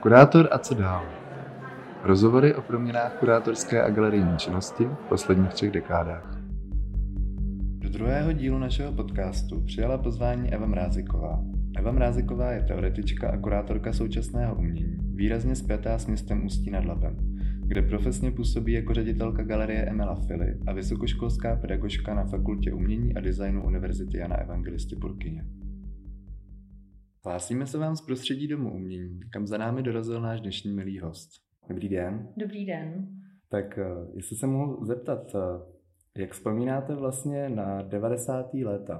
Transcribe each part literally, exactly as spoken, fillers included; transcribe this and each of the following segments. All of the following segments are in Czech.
Kurátor a co dál? Rozhovory o proměnách kurátorské a galerijní činnosti v posledních třech dekádách. Do druhého dílu našeho podcastu přijala pozvání Eva Mráziková. Eva Mráziková je teoretička a kurátorka současného umění, výrazně spjatá s městem Ústí nad Labem, kde profesně působí jako ředitelka galerie Emila Fily a vysokoškolská pedagožka na Fakultě umění a designu Univerzity Jana Evangelisty Purkyně. Hlásíme se vám z prostředí Domu umění, kam za námi dorazil náš dnešní milý host. Dobrý den. Dobrý den. Tak jestli se mohu zeptat, jak vzpomínáte vlastně na devadesátá léta?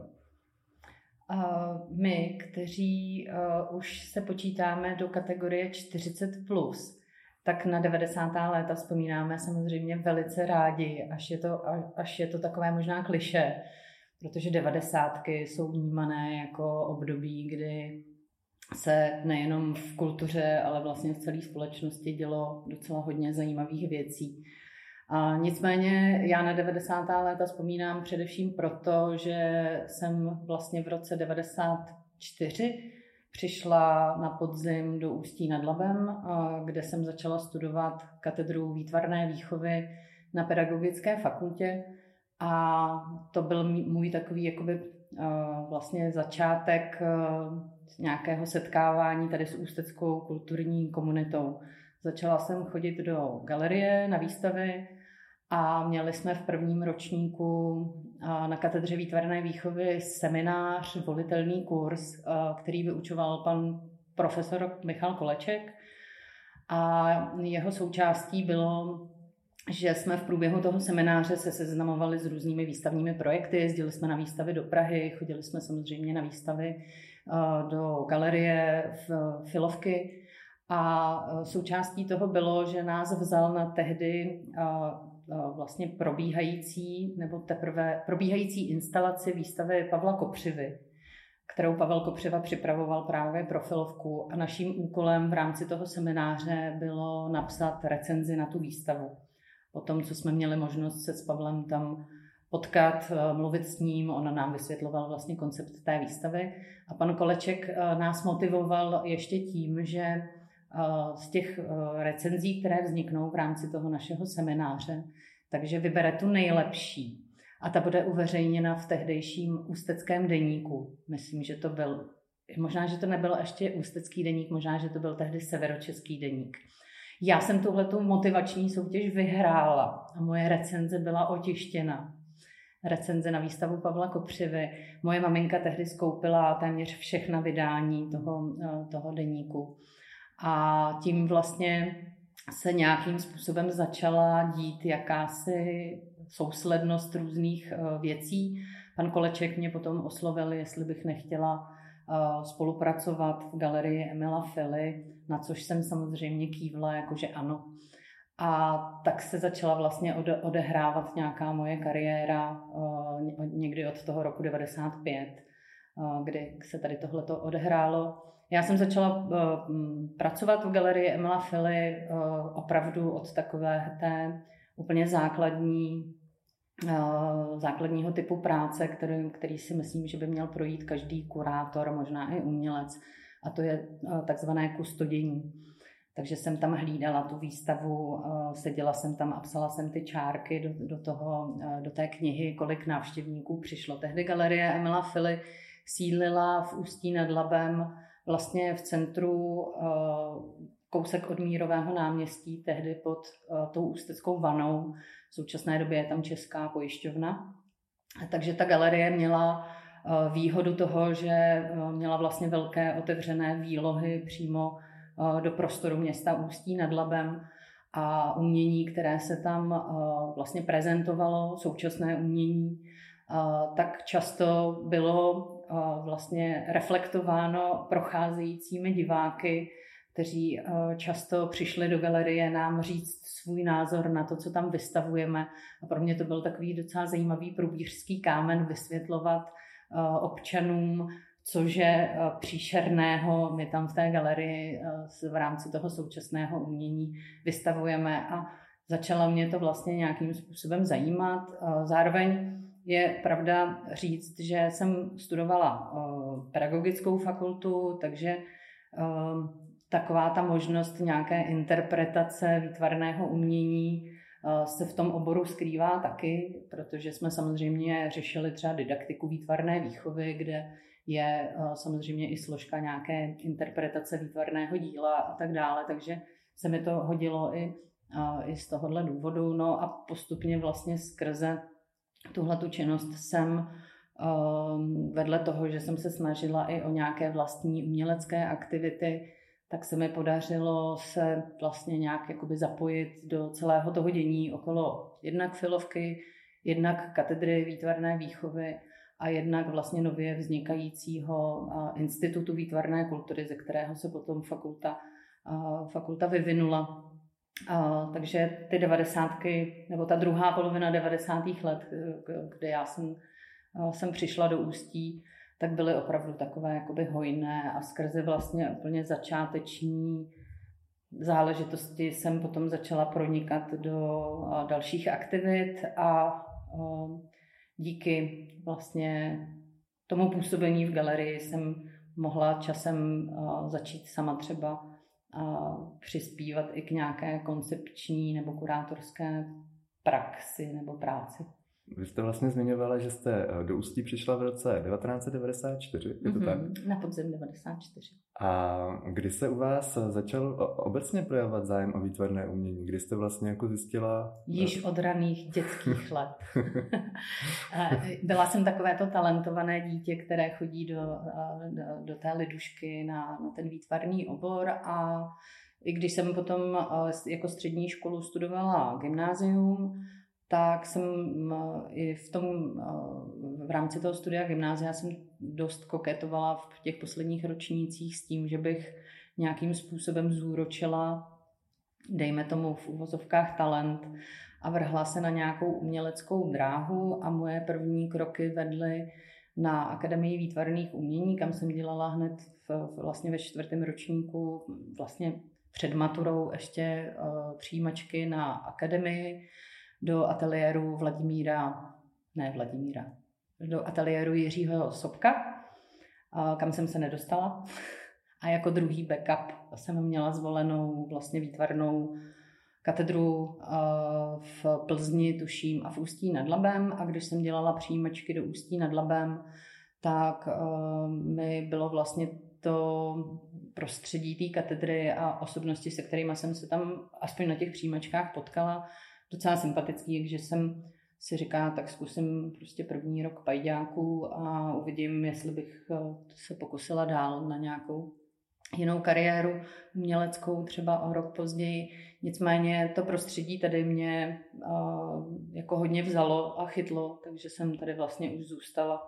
Uh, my, kteří uh, už se počítáme do kategorie čtyřicet plus, tak na devadesátá léta vzpomínáme samozřejmě velice rádi, až je to, až je to takové možná klišé, protože devadesátky jsou vnímané jako období, kdy se nejenom v kultuře, ale vlastně v celé společnosti dělo docela hodně zajímavých věcí. A nicméně já na devadesátá léta vzpomínám především proto, že jsem vlastně v roce devadesát čtyři přišla na podzim do Ústí nad Labem, kde jsem začala studovat katedru výtvarné výchovy na pedagogické fakultě. A to byl můj takový jakoby vlastně začátek nějakého setkávání tady s ústeckou kulturní komunitou. Začala jsem chodit do galerie na výstavy a měli jsme v prvním ročníku na katedře výtvarné výchovy seminář, volitelný kurz, který vyučoval pan profesor Michal Koleček. A jeho součástí bylo, že jsme v průběhu toho semináře se seznamovali s různými výstavními projekty, jezdili jsme na výstavy do Prahy, chodili jsme samozřejmě na výstavy do galerie v Filovky a součástí toho bylo, že nás vzal na tehdy vlastně probíhající nebo teprve probíhající instalaci výstavy Pavla Kopřivy, kterou Pavel Kopřiva připravoval právě pro Filovku a naším úkolem v rámci toho semináře bylo napsat recenzi na tu výstavu. Po tom, co jsme měli možnost se s Pavlem tam potkat, mluvit s ním, on nám vysvětloval vlastně koncept té výstavy a pan Koleček nás motivoval ještě tím, že z těch recenzí, které vzniknou v rámci toho našeho semináře, takže vybere tu nejlepší a ta bude uveřejněna v tehdejším ústeckém deníku. Myslím, že to byl, možná, že to nebyl ještě ústecký deník, možná, že to byl tehdy severočeský deník. Já jsem tuhletu motivační soutěž vyhrála a moje recenze byla otištěna. Recenze na výstavu Pavla Kopřivy. Moje maminka tehdy skoupila téměř všechna vydání toho, toho deníku. A tím vlastně se nějakým způsobem začala dít jakási souslednost různých věcí. Pan Koleček mě potom oslovil, jestli bych nechtěla spolupracovat v galerii Emila Fily, na což jsem samozřejmě kývla, jakože ano. A tak se začala vlastně ode, odehrávat nějaká moje kariéra někdy od toho roku devadesát pět, kdy se tady tohleto odehrálo. Já jsem začala pracovat v galerii Emila Fily opravdu od takové té úplně základní, základního typu práce, který, který si myslím, že by měl projít každý kurátor, možná i umělec, a to je takzvané kustodění. Takže jsem tam hlídala tu výstavu, seděla jsem tam a psala jsem ty čárky do, do, toho, do té knihy, kolik návštěvníků přišlo. Tehdy galerie Emila Fily sídlila v Ústí nad Labem, vlastně v centru kousek od Mírového náměstí, tehdy pod tou ústeckou vanou. V současné době je tam Česká pojišťovna. Takže ta galerie měla výhodu toho, že měla vlastně velké otevřené výlohy přímo do prostoru města Ústí nad Labem a umění, které se tam vlastně prezentovalo, současné umění, tak často bylo vlastně reflektováno procházejícími diváky, kteří často přišli do galerie nám říct svůj názor na to, co tam vystavujeme. A pro mě to byl takový docela zajímavý průbířský kámen vysvětlovat občanům, cože příšerného my tam v té galerii v rámci toho současného umění vystavujeme. A začala mě to vlastně nějakým způsobem zajímat. Zároveň je pravda říct, že jsem studovala pedagogickou fakultu, takže taková ta možnost nějaké interpretace výtvarného umění se v tom oboru skrývá taky, protože jsme samozřejmě řešili třeba didaktiku výtvarné výchovy, kde je samozřejmě i složka nějaké interpretace výtvarného díla a tak dále, takže se mi to hodilo i, i z tohohle důvodu. No a postupně vlastně skrze tuhletu činnost jsem vedle toho, že jsem se snažila i o nějaké vlastní umělecké aktivity, tak se mi podařilo se vlastně nějak jakoby zapojit do celého toho dění okolo jednak Filovky, jednak katedry výtvarné výchovy a jednak vlastně nově vznikajícího Institutu výtvarné kultury, ze kterého se potom fakulta, fakulta vyvinula. Takže ty devadesátky, nebo ta druhá polovina devadesátých let, kde já jsem, jsem přišla do Ústí, tak byly opravdu takové jakoby hojné a skrze vlastně úplně začáteční záležitosti jsem potom začala pronikat do dalších aktivit a díky vlastně tomu působení v galerii jsem mohla časem začít sama třeba přispívat i k nějaké koncepční nebo kurátorské praxi nebo práci. Vy jste vlastně zmiňovala, že jste do Ústí přišla v roce devatenáct set devadesát čtyři, je to mm-hmm, tak? Na podzim devadesát čtyři. A kdy se u vás začal obecně projevovat zájem o výtvarné umění? Kdy jste vlastně jako zjistila? Již od raných dětských let. Byla jsem takovéto talentované dítě, které chodí do, do, do té lidušky na, na ten výtvarný obor a i když jsem potom jako střední školu studovala gymnázium, tak jsem i v tom, v rámci toho studia gymnázia jsem dost koketovala v těch posledních ročnících s tím, že bych nějakým způsobem zúročila, dejme tomu v uvozovkách talent a vrhla se na nějakou uměleckou dráhu a moje první kroky vedly na Akademii výtvarných umění, kam jsem dělala hned v, vlastně ve čtvrtém ročníku, vlastně před maturou ještě uh, přijímačky na akademii, do ateliéru Vladimíra, ne Vladimíra, do ateliéru Jiřího Sobka, kam jsem se nedostala. A jako druhý backup jsem měla zvolenou vlastně výtvarnou katedru v Plzni, tuším, a v Ústí nad Labem. A když jsem dělala přijímačky do Ústí nad Labem, tak mi bylo vlastně to prostředí té katedry a osobnosti, se kterými jsem se tam aspoň na těch přijímačkách potkala, docela sympatický, takže jsem si říkala, tak zkusím prostě první rok pajďáků a uvidím, jestli bych se pokusila dál na nějakou jinou kariéru uměleckou, třeba o rok později. Nicméně to prostředí tady mě jako hodně vzalo a chytlo, takže jsem tady vlastně už zůstala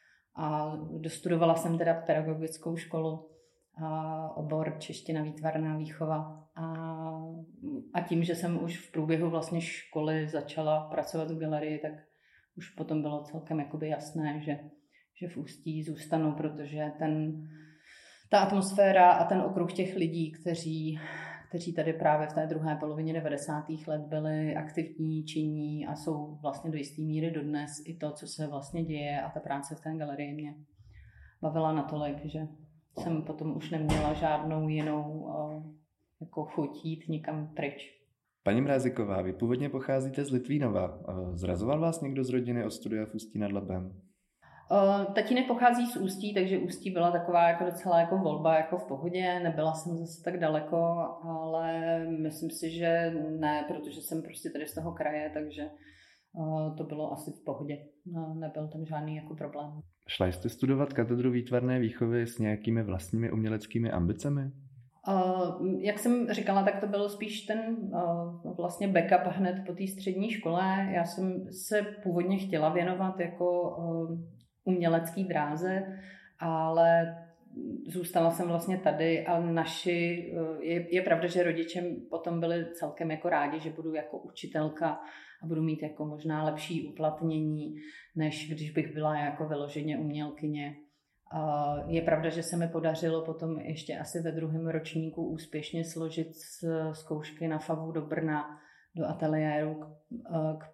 a dostudovala jsem teda pedagogickou školu a obor čeština výtvarná výchova a, a tím, že jsem už v průběhu vlastně školy začala pracovat v galerii, tak už potom bylo celkem jakoby jasné, že, že v Ústí zůstanu, protože ten, ta atmosféra a ten okruh těch lidí, kteří, kteří tady právě v té druhé polovině devadesátých let byli aktivní, činní a jsou vlastně do jisté míry dodnes i to, co se vlastně děje a ta práce v té galerii mě bavila natolik, že jsem potom už neměla žádnou jinou jako chuť jít nikam pryč. Paní Mráziková, vy původně pocházíte z Litvínova. Zrazoval vás někdo z rodiny od studia v Ústí nad Labem? Tatínek pochází z Ústí, takže Ústí byla taková jako docela jako volba jako v pohodě. Nebyla jsem zase tak daleko, ale myslím si, že ne, protože jsem prostě tady z toho kraje, takže to bylo asi v pohodě. Nebyl tam žádný jako problém. Šla jste studovat katedru výtvarné výchovy s nějakými vlastními uměleckými ambicemi? Uh, jak jsem říkala, tak to bylo spíš ten uh, vlastně backup hned po té střední škole. Já jsem se původně chtěla věnovat jako uh, umělecký dráze, ale zůstala jsem vlastně tady a naši, uh, je, je pravda, že rodiče potom byli celkem jako rádi, že budu jako učitelka a budu mít jako možná lepší uplatnění, než když bych byla jako vyloženě umělkyně. Je pravda, že se mi podařilo potom ještě asi ve druhém ročníku úspěšně složit zkoušky na FAVu do Brna, do ateliéru k, k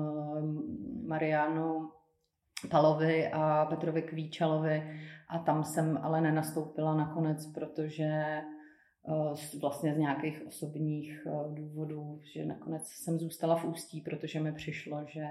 Mariánu Palovi a Petrovi Kvíčalovi a tam jsem ale nenastoupila nakonec, protože vlastně z nějakých osobních důvodů, že nakonec jsem zůstala v Ústí, protože mi přišlo, že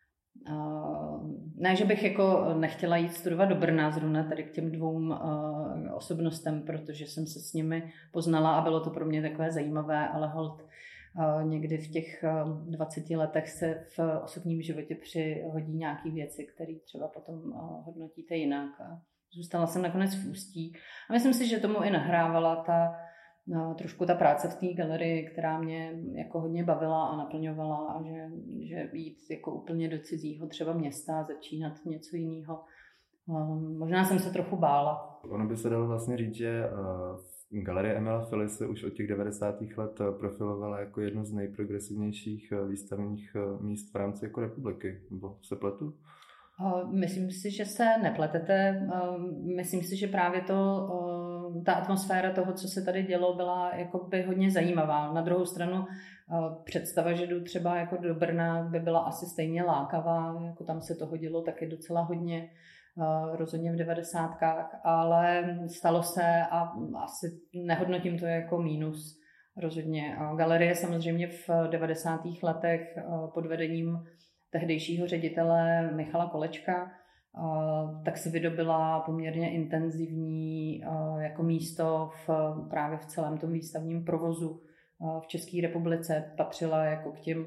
ne, že bych jako nechtěla jít studovat do Brna zrovna tady k těm dvou osobnostem, protože jsem se s nimi poznala a bylo to pro mě takové zajímavé, ale holt někdy v těch dvaceti letech se v osobním životě přihodí nějaké věci, které třeba potom hodnotíte jinak. A zůstala jsem nakonec v Ústí. A myslím si, že tomu i nahrávala ta No, trošku ta práce v té galerii, která mě jako hodně bavila a naplňovala a že, že jít jako úplně do cizího třeba města a začínat něco jiného. Možná jsem se trochu bála. Ono by se dalo vlastně říct, že galerie Emila Fily se už od těch devadesátých let profilovala jako jedno z nejprogresivnějších výstavních míst v rámci jako republiky. Nebo se pletu? Myslím si, že se nepletete. Myslím si, že právě to, ta atmosféra toho, co se tady dělo, byla jakoby hodně zajímavá. Na druhou stranu představa, že jdu třeba jako do Brna, by byla asi stejně lákavá, jako tam se toho dělo taky docela hodně, rozhodně v devadesátkách, ale stalo se a asi nehodnotím to jako mínus rozhodně. Galerie samozřejmě v devadesátých letech pod vedením tehdejšího ředitele Michala Kolečka, tak si vydobila poměrně intenzivní jako místo v, právě v celém tom výstavním provozu v České republice. Patřila jako k těm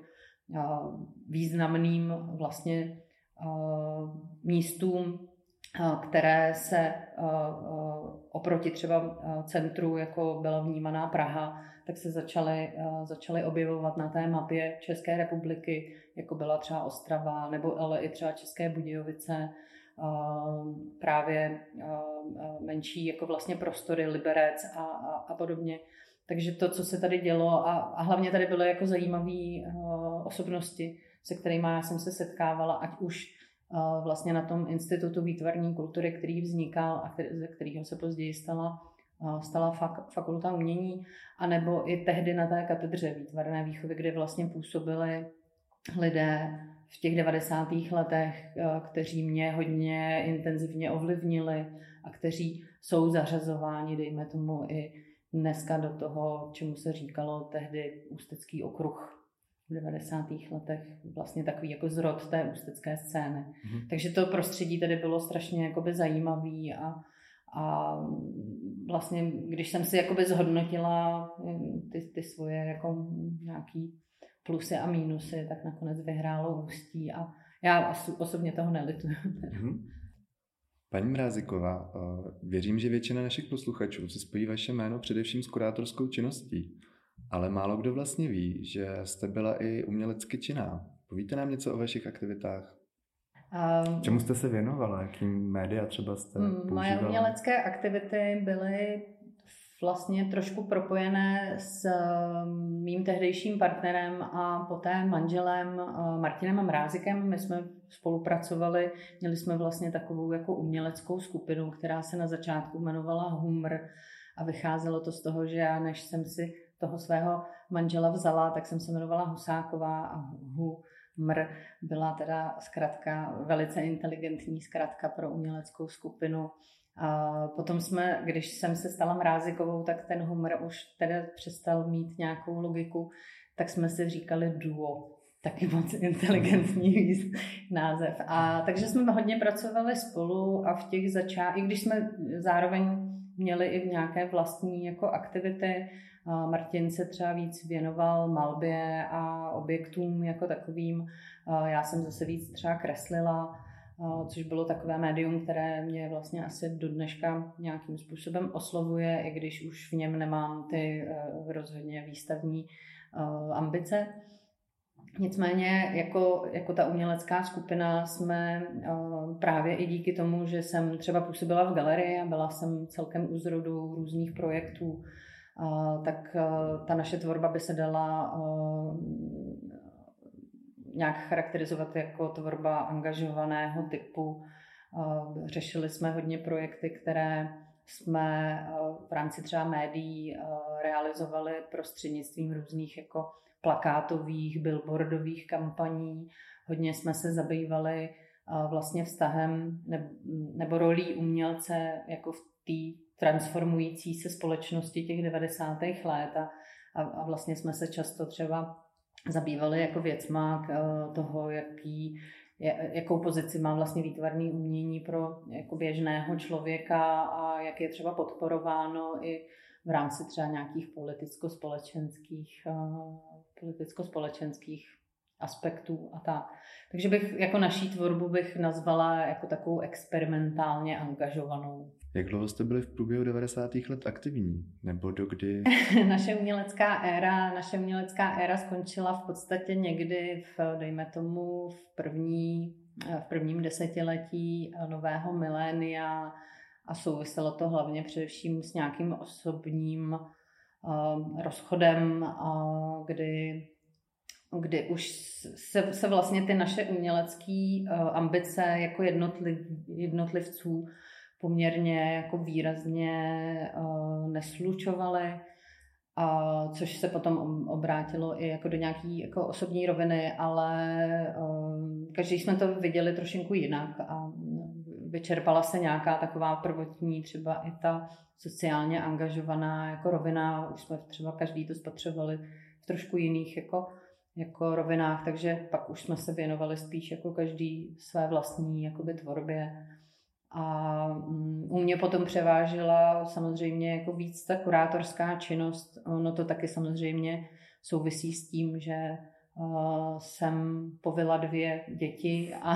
významným vlastně místům, které se oproti třeba centru, jako byla vnímaná Praha, tak se začaly, začaly objevovat na té mapě České republiky, jako byla třeba Ostrava, nebo ale i třeba České Budějovice, právě menší jako vlastně prostory, Liberec a, a, a podobně. Takže to, co se tady dělo, a, a hlavně tady byly jako zajímavé osobnosti, se kterými já jsem se setkávala, ať už vlastně na tom Institutu výtvarné kultury, který vznikal a který, ze kterého se později stala, stala fak, fakulta umění, anebo i tehdy na té katedře výtvarné výchovy, kde vlastně působili lidé v těch devadesátých letech, kteří mě hodně intenzivně ovlivnili a kteří jsou zařazováni, dejme tomu, i dneska do toho, čemu se říkalo tehdy Ústecký okruh v devadesátých letech, vlastně takový jako zrod té ústecké scény. Mm-hmm. Takže to prostředí tady bylo strašně jakoby zajímavý a, a vlastně, když jsem si jakoby zhodnotila ty, ty svoje jako nějaký plusy a mínusy, tak nakonec vyhrálo Ústí a já osobně toho nelituju. Mm-hmm. Paní Mráziková, věřím, že většina našich posluchačů si spojí vaše jméno především s kurátorskou činností, ale málo kdo vlastně ví, že jste byla i umělecky činná. Povíte nám něco o vašich aktivitách? Um, Čemu jste se věnovala? Jakým média třeba jste používala? Moje umělecké aktivity byly vlastně trošku propojené s mým tehdejším partnerem a poté manželem Martinem Mrázikem. My jsme spolupracovali, měli jsme vlastně takovou jako uměleckou skupinu, která se na začátku jmenovala Humr a vycházelo to z toho, že já, než jsem si toho svého manžela vzala, tak jsem se jmenovala Husáková a Humr byla teda zkratka, velice inteligentní zkratka pro uměleckou skupinu. A potom jsme, když jsem se stala Mrázikovou, tak ten Humr už teda přestal mít nějakou logiku, tak jsme si říkali duo. Taky moc inteligentní název. A takže jsme hodně pracovali spolu a v těch začátcích, i když jsme zároveň měli i nějaké vlastní jako aktivity. Martin se třeba víc věnoval malbě a objektům jako takovým. Já jsem zase víc třeba kreslila, což bylo takové médium, které mě vlastně asi do dneška nějakým způsobem oslovuje, i když už v něm nemám ty rozhodně výstavní ambice. Nicméně jako, jako ta umělecká skupina jsme právě i díky tomu, že jsem třeba působila v galerii a byla jsem celkem u zrodu různých projektů, tak ta naše tvorba by se dala nějak charakterizovat jako tvorba angažovaného typu. Řešili jsme hodně projekty, které jsme v rámci třeba médií realizovali prostřednictvím různých jako plakátových, billboardových kampaní. Hodně jsme se zabývali vlastně vztahem nebo rolí umělce jako v té transformující se společnosti těch devadesátých let a, a, a vlastně jsme se často třeba zabývali jako věcma toho, jaký, jakou pozici má vlastně výtvarné umění pro jako běžného člověka a jak je třeba podporováno i v rámci třeba nějakých politicko-společenských, politicko-společenských aspektů a tak. Takže bych jako naší tvorbu bych nazvala jako takovou experimentálně angažovanou. Jak dlouho jste byli v průběhu devadesátých let aktivní? Nebo dokdy? naše umělecká éra, naše umělecká éra skončila v podstatě někdy v, dejme tomu, v, první, v prvním desetiletí nového milénia a souviselo to hlavně především s nějakým osobním uh, rozchodem, uh, kdy kdy už se, se vlastně ty naše umělecké uh, ambice jako jednotliv, jednotlivců poměrně jako výrazně uh, neslučovaly, uh, což se potom obrátilo i jako do nějaký jako osobní roviny, ale uh, každý jsme to viděli trošinku jinak a vyčerpala se nějaká taková prvotní, třeba i ta sociálně angažovaná jako rovina, už jsme třeba každý to spatřovali v trošku jiných jako jako rovinách, takže pak už jsme se věnovali spíš jako každý své vlastní jakoby tvorbě. A u mě potom převážila samozřejmě jako víc ta kurátorská činnost. Ono to taky samozřejmě souvisí s tím, že uh, jsem povila dvě děti a,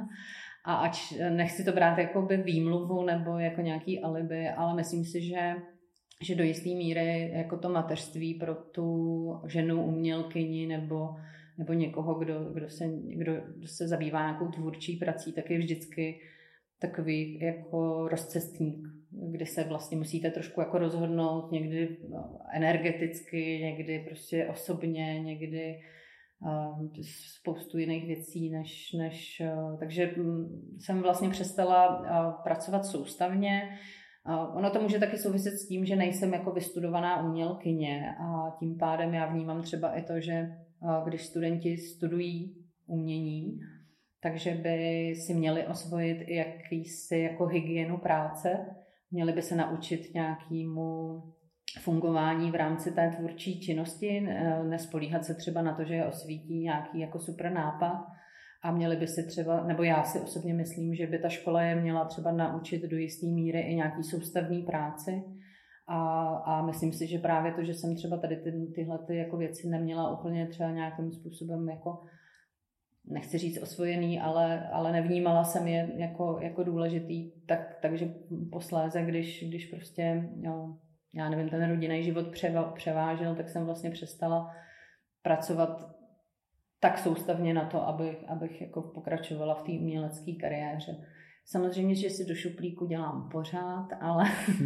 a ač nechci to brát jako by výmluvu nebo jako nějaký alibi, ale myslím si, že že do jisté míry jako to mateřství pro tu ženu umělkyni nebo, nebo někoho, kdo, kdo, se, kdo se zabývá nějakou tvůrčí prací, tak je vždycky takový jako rozcestník, kdy se vlastně musíte trošku jako rozhodnout, někdy energeticky, někdy prostě osobně, někdy uh, spoustu jiných věcí, než, než uh, takže jsem vlastně přestala uh, pracovat soustavně. Uh, ono to může taky souviset s tím, že nejsem jako vystudovaná umělkyně a tím pádem já vnímám třeba i to, že uh, když studenti studují umění, takže by si měli osvojit i jakýsi jako hygienu práce, měli by se naučit nějakému fungování v rámci té tvůrčí činnosti, nespolíhat se třeba na to, že je osvítí nějaký jako super nápad a měli by si třeba, nebo já si osobně myslím, že by ta škola je měla třeba naučit do jisté míry i nějaký soustavný práci a, a myslím si, že právě to, že jsem třeba tady ty, tyhle ty jako věci neměla úplně třeba nějakým způsobem jako nechci říct osvojený, ale, ale nevnímala jsem je jako, jako důležitý, tak, takže posléze, když, když prostě, jo, já nevím, ten rodinný život převa, převážel, tak jsem vlastně přestala pracovat tak soustavně na to, aby, abych jako pokračovala v té umělecké kariéře. Samozřejmě, že si do šuplíku dělám pořád, ale,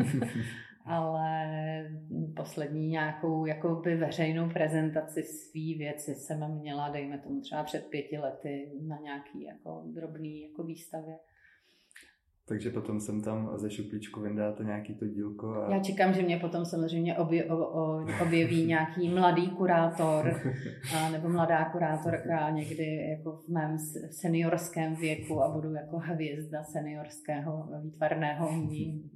ale poslední nějakou jakoby veřejnou prezentaci svý věci jsem měla, dejme tomu třeba před pěti lety na nějaký jako drobný jako výstavě. Takže potom jsem tam ze šuplíčku vyndáte nějaký to dílko. A... Já čekám, že mě potom samozřejmě obje, o, o, objeví nějaký mladý kurátor a, nebo mladá kurátorka někdy jako v mém seniorském věku a budu jako hvězda seniorského výtvarného umění.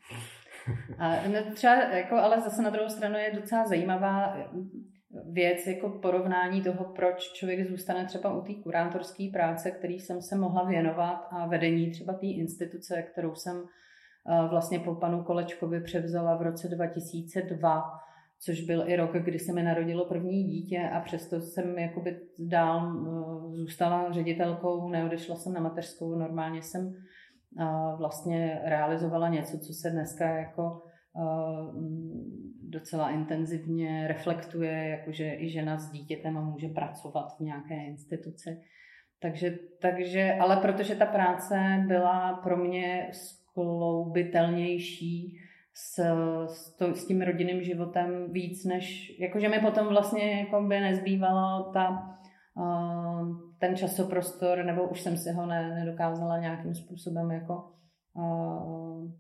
A třeba, jako, ale zase na druhou stranu je docela zajímavá věc, jako porovnání toho, proč člověk zůstane třeba u té kurátorské práce, který jsem se mohla věnovat a vedení třeba té instituce, kterou jsem vlastně po panu Kolečkovi převzala v roce dva tisíce dva, což byl i rok, kdy se mi narodilo první dítě a přesto jsem jakoby dál zůstala ředitelkou, neodešla jsem na mateřskou, normálně jsem vlastně realizovala něco, co se dneska jako docela intenzivně reflektuje, jakože i žena s dítětem může pracovat v nějaké instituci. Takže, takže, ale protože ta práce byla pro mě skloubitelnější s, s, to, s tím rodinným životem víc, než, jakože mi potom vlastně jako by nezbývala ta, uh, ten časoprostor, nebo už jsem si ho ne, nedokázala nějakým způsobem jako uh,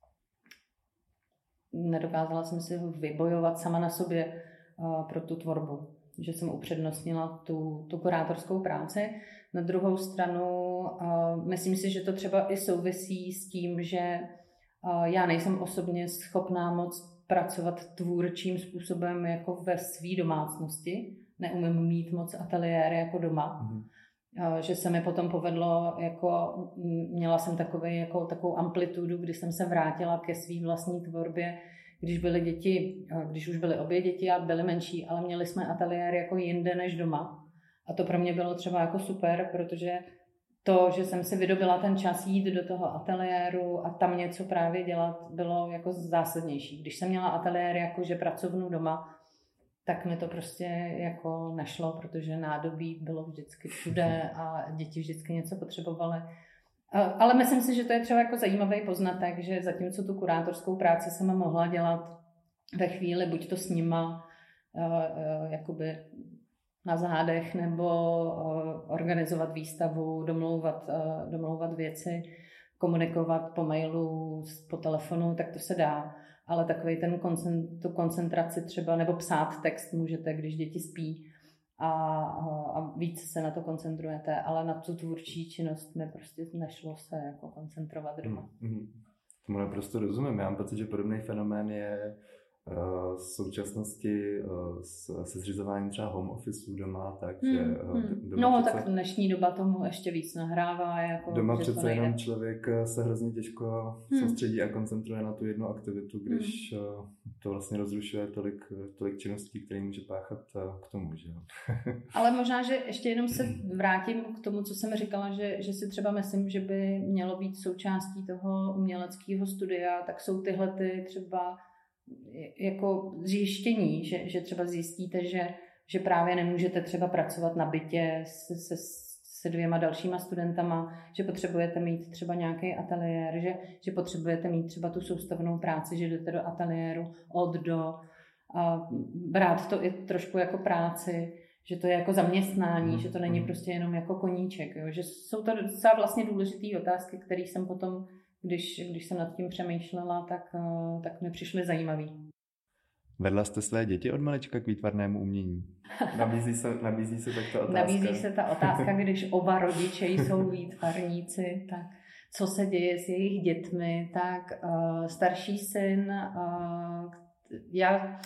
nedokázala jsem si ho vybojovat sama na sobě uh, pro tu tvorbu, že jsem upřednostnila tu, tu kurátorskou práci. Na druhou stranu uh, myslím si, že to třeba i souvisí s tím, že Já nejsem osobně schopná moc pracovat tvůrčím způsobem jako ve své domácnosti. Neumím mít moc ateliér jako doma. Mm. Že se mi potom povedlo, jako měla jsem takový, jako, takovou amplitudu, kdy jsem se vrátila ke své vlastní tvorbě, když byly děti, když už byly obě děti a byly menší, ale měli jsme ateliér jako jinde než doma. A to pro mě bylo třeba jako super, protože to, že jsem si vydobila ten čas jít do toho ateliéru a tam něco právě dělat, bylo jako zásadnější. Když jsem měla ateliér jako že pracovnu doma, tak mi to prostě jako nešlo, protože nádobí bylo vždycky všude a děti vždycky něco potřebovaly. Ale myslím si, že to je třeba jako zajímavý poznatek, že zatímco tu kurátorskou práci jsem mohla dělat ve chvíli, buď to s nima, jakoby na zádech, nebo organizovat výstavu, domlouvat, domlouvat věci, komunikovat po mailu, po telefonu, tak to se dá. Ale takový ten koncent, tu koncentraci třeba, nebo psát text můžete, když děti spí a, a víc se na to koncentrujete, ale na tu tvůrčí činnost mi prostě nešlo se jako koncentrovat doma. Mm-hmm. Tomu naprosto rozumím. Já mám pocit, že podobný fenomén je v současnosti se zřizováním třeba home officeů doma, takže hmm, hmm. Doma no přece, tak dnešní doba tomu ještě víc nahrává. Jako, doma přece jenom člověk se hrozně těžko hmm. soustředí a koncentruje na tu jednu aktivitu, když hmm. to vlastně rozrušuje tolik, tolik činností, které může páchat k tomu. Že? Ale možná, že ještě jenom se vrátím k tomu, co jsem říkala, že, že si třeba myslím, že by mělo být součástí toho uměleckého studia, tak jsou tyhle ty třeba jako zjištění, že, že třeba zjistíte, že, že právě nemůžete třeba pracovat na bytě se, se, se dvěma dalšíma studentama, že potřebujete mít třeba nějaký ateliér, že, že potřebujete mít třeba tu soustavnou práci, že jdete do ateliéru od do a brát to i trošku jako práci, že to je jako zaměstnání, mm. že to není prostě jenom jako koníček, jo? Že jsou to docela vlastně důležité otázky, které jsem potom Když, když jsem nad tím přemýšlela, tak, tak mi přišly zajímavý. Vedla jste své děti od malička k výtvarnému umění? Nabízí se, nabízí se tak ta otázka? Nabízí se ta otázka, když oba rodiče jsou výtvarníci, tak co se děje s jejich dětmi, tak uh, starší syn, uh, já,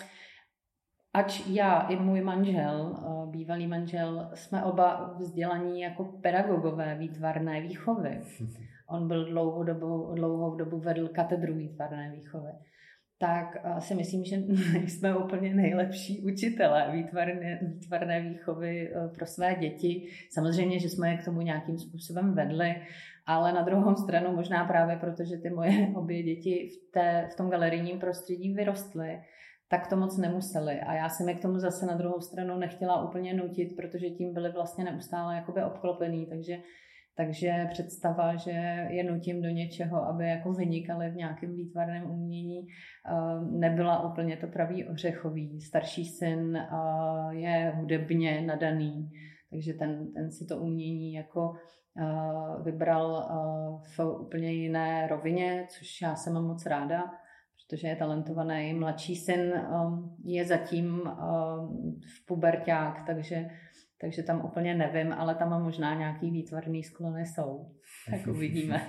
ač já i můj manžel, uh, bývalý manžel, jsme oba vzdělaní jako pedagogové výtvarné výchovy. On byl dlouhou dobu, dlouhou dobu vedl katedru výtvarné výchovy. Tak si myslím, že jsme úplně nejlepší učitelé výtvarné, výtvarné výchovy pro své děti. Samozřejmě, že jsme je k tomu nějakým způsobem vedli, ale na druhou stranu možná právě proto, že ty moje obě děti v, té, v tom galerijním prostředí vyrostly, tak to moc nemuseli. A já jsem je k tomu zase na druhou stranu nechtěla úplně nutit, protože tím byly vlastně neustále jakoby obklopený, takže Takže představa, že je nutím do něčeho, aby jako vynikali v nějakém výtvarném umění, nebyla úplně to pravý ořechový. Starší syn je hudebně nadaný, takže ten, ten si to umění jako vybral v úplně jiné rovině, což já jsem moc ráda, protože je talentovaný. Mladší syn je zatím v puberťák, takže Takže tam úplně nevím, ale tam možná nějaký výtvarný sklony jsou. Tak uvidíme.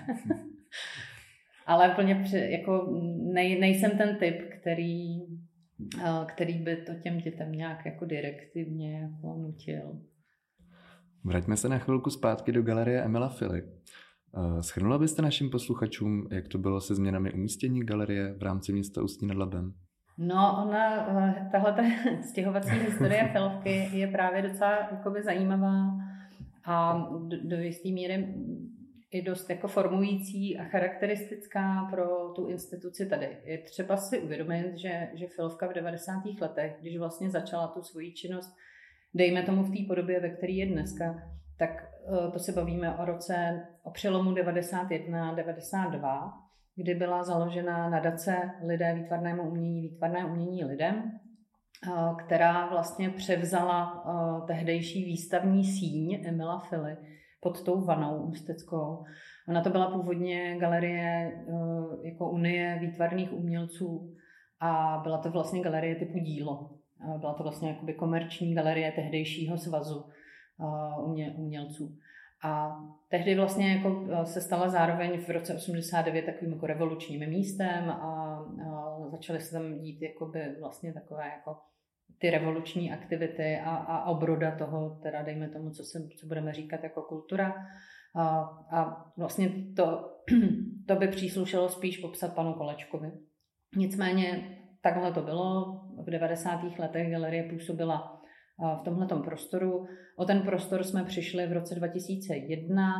Ale úplně jako nej, nejsem ten typ, který, který by to těm dětem nějak jako direktivně jako nutil. Vraťme se na chvilku zpátky do galerie Emila Fily. Shrnula byste našim posluchačům, jak to bylo se změnami umístění galerie v rámci města Ústí nad Labem? No, ona, tahle stěhovací historie Filovky je právě docela jakoby zajímavá a do, do jisté míry i dost jako formující a charakteristická pro tu instituci tady. Je třeba si uvědomit, že, že Filovka v devadesátých letech, když vlastně začala tu svoji činnost, dejme tomu v té podobě, ve které je dneska, tak to se bavíme o roce, o přelomu devadesát jedna devadesát dva, kdy byla založena nadace Lidé výtvarnému umění, výtvarné umění lidem, která vlastně převzala tehdejší výstavní síň Emila Fily pod tou vanou ústeckou. Ona to byla původně galerie jako Unie výtvarných umělců a byla to vlastně galerie typu dílo. Byla to vlastně jakoby komerční galerie tehdejšího svazu umělců. A tehdy vlastně jako se stala zároveň v roce osmdesát devět takovým jako revolučním místem a, a začaly se tam dít jakoby vlastně takové jako ty revoluční aktivity a, a obroda toho, teda dejme tomu, co, se, co budeme říkat jako kultura. A, a vlastně to, to by příslušelo spíš popsat panu Kolečkovi. Nicméně takhle to bylo. V devadesátých letech galerie působila v tomhletom prostoru. O ten prostor jsme přišli v roce dva tisíce jedna,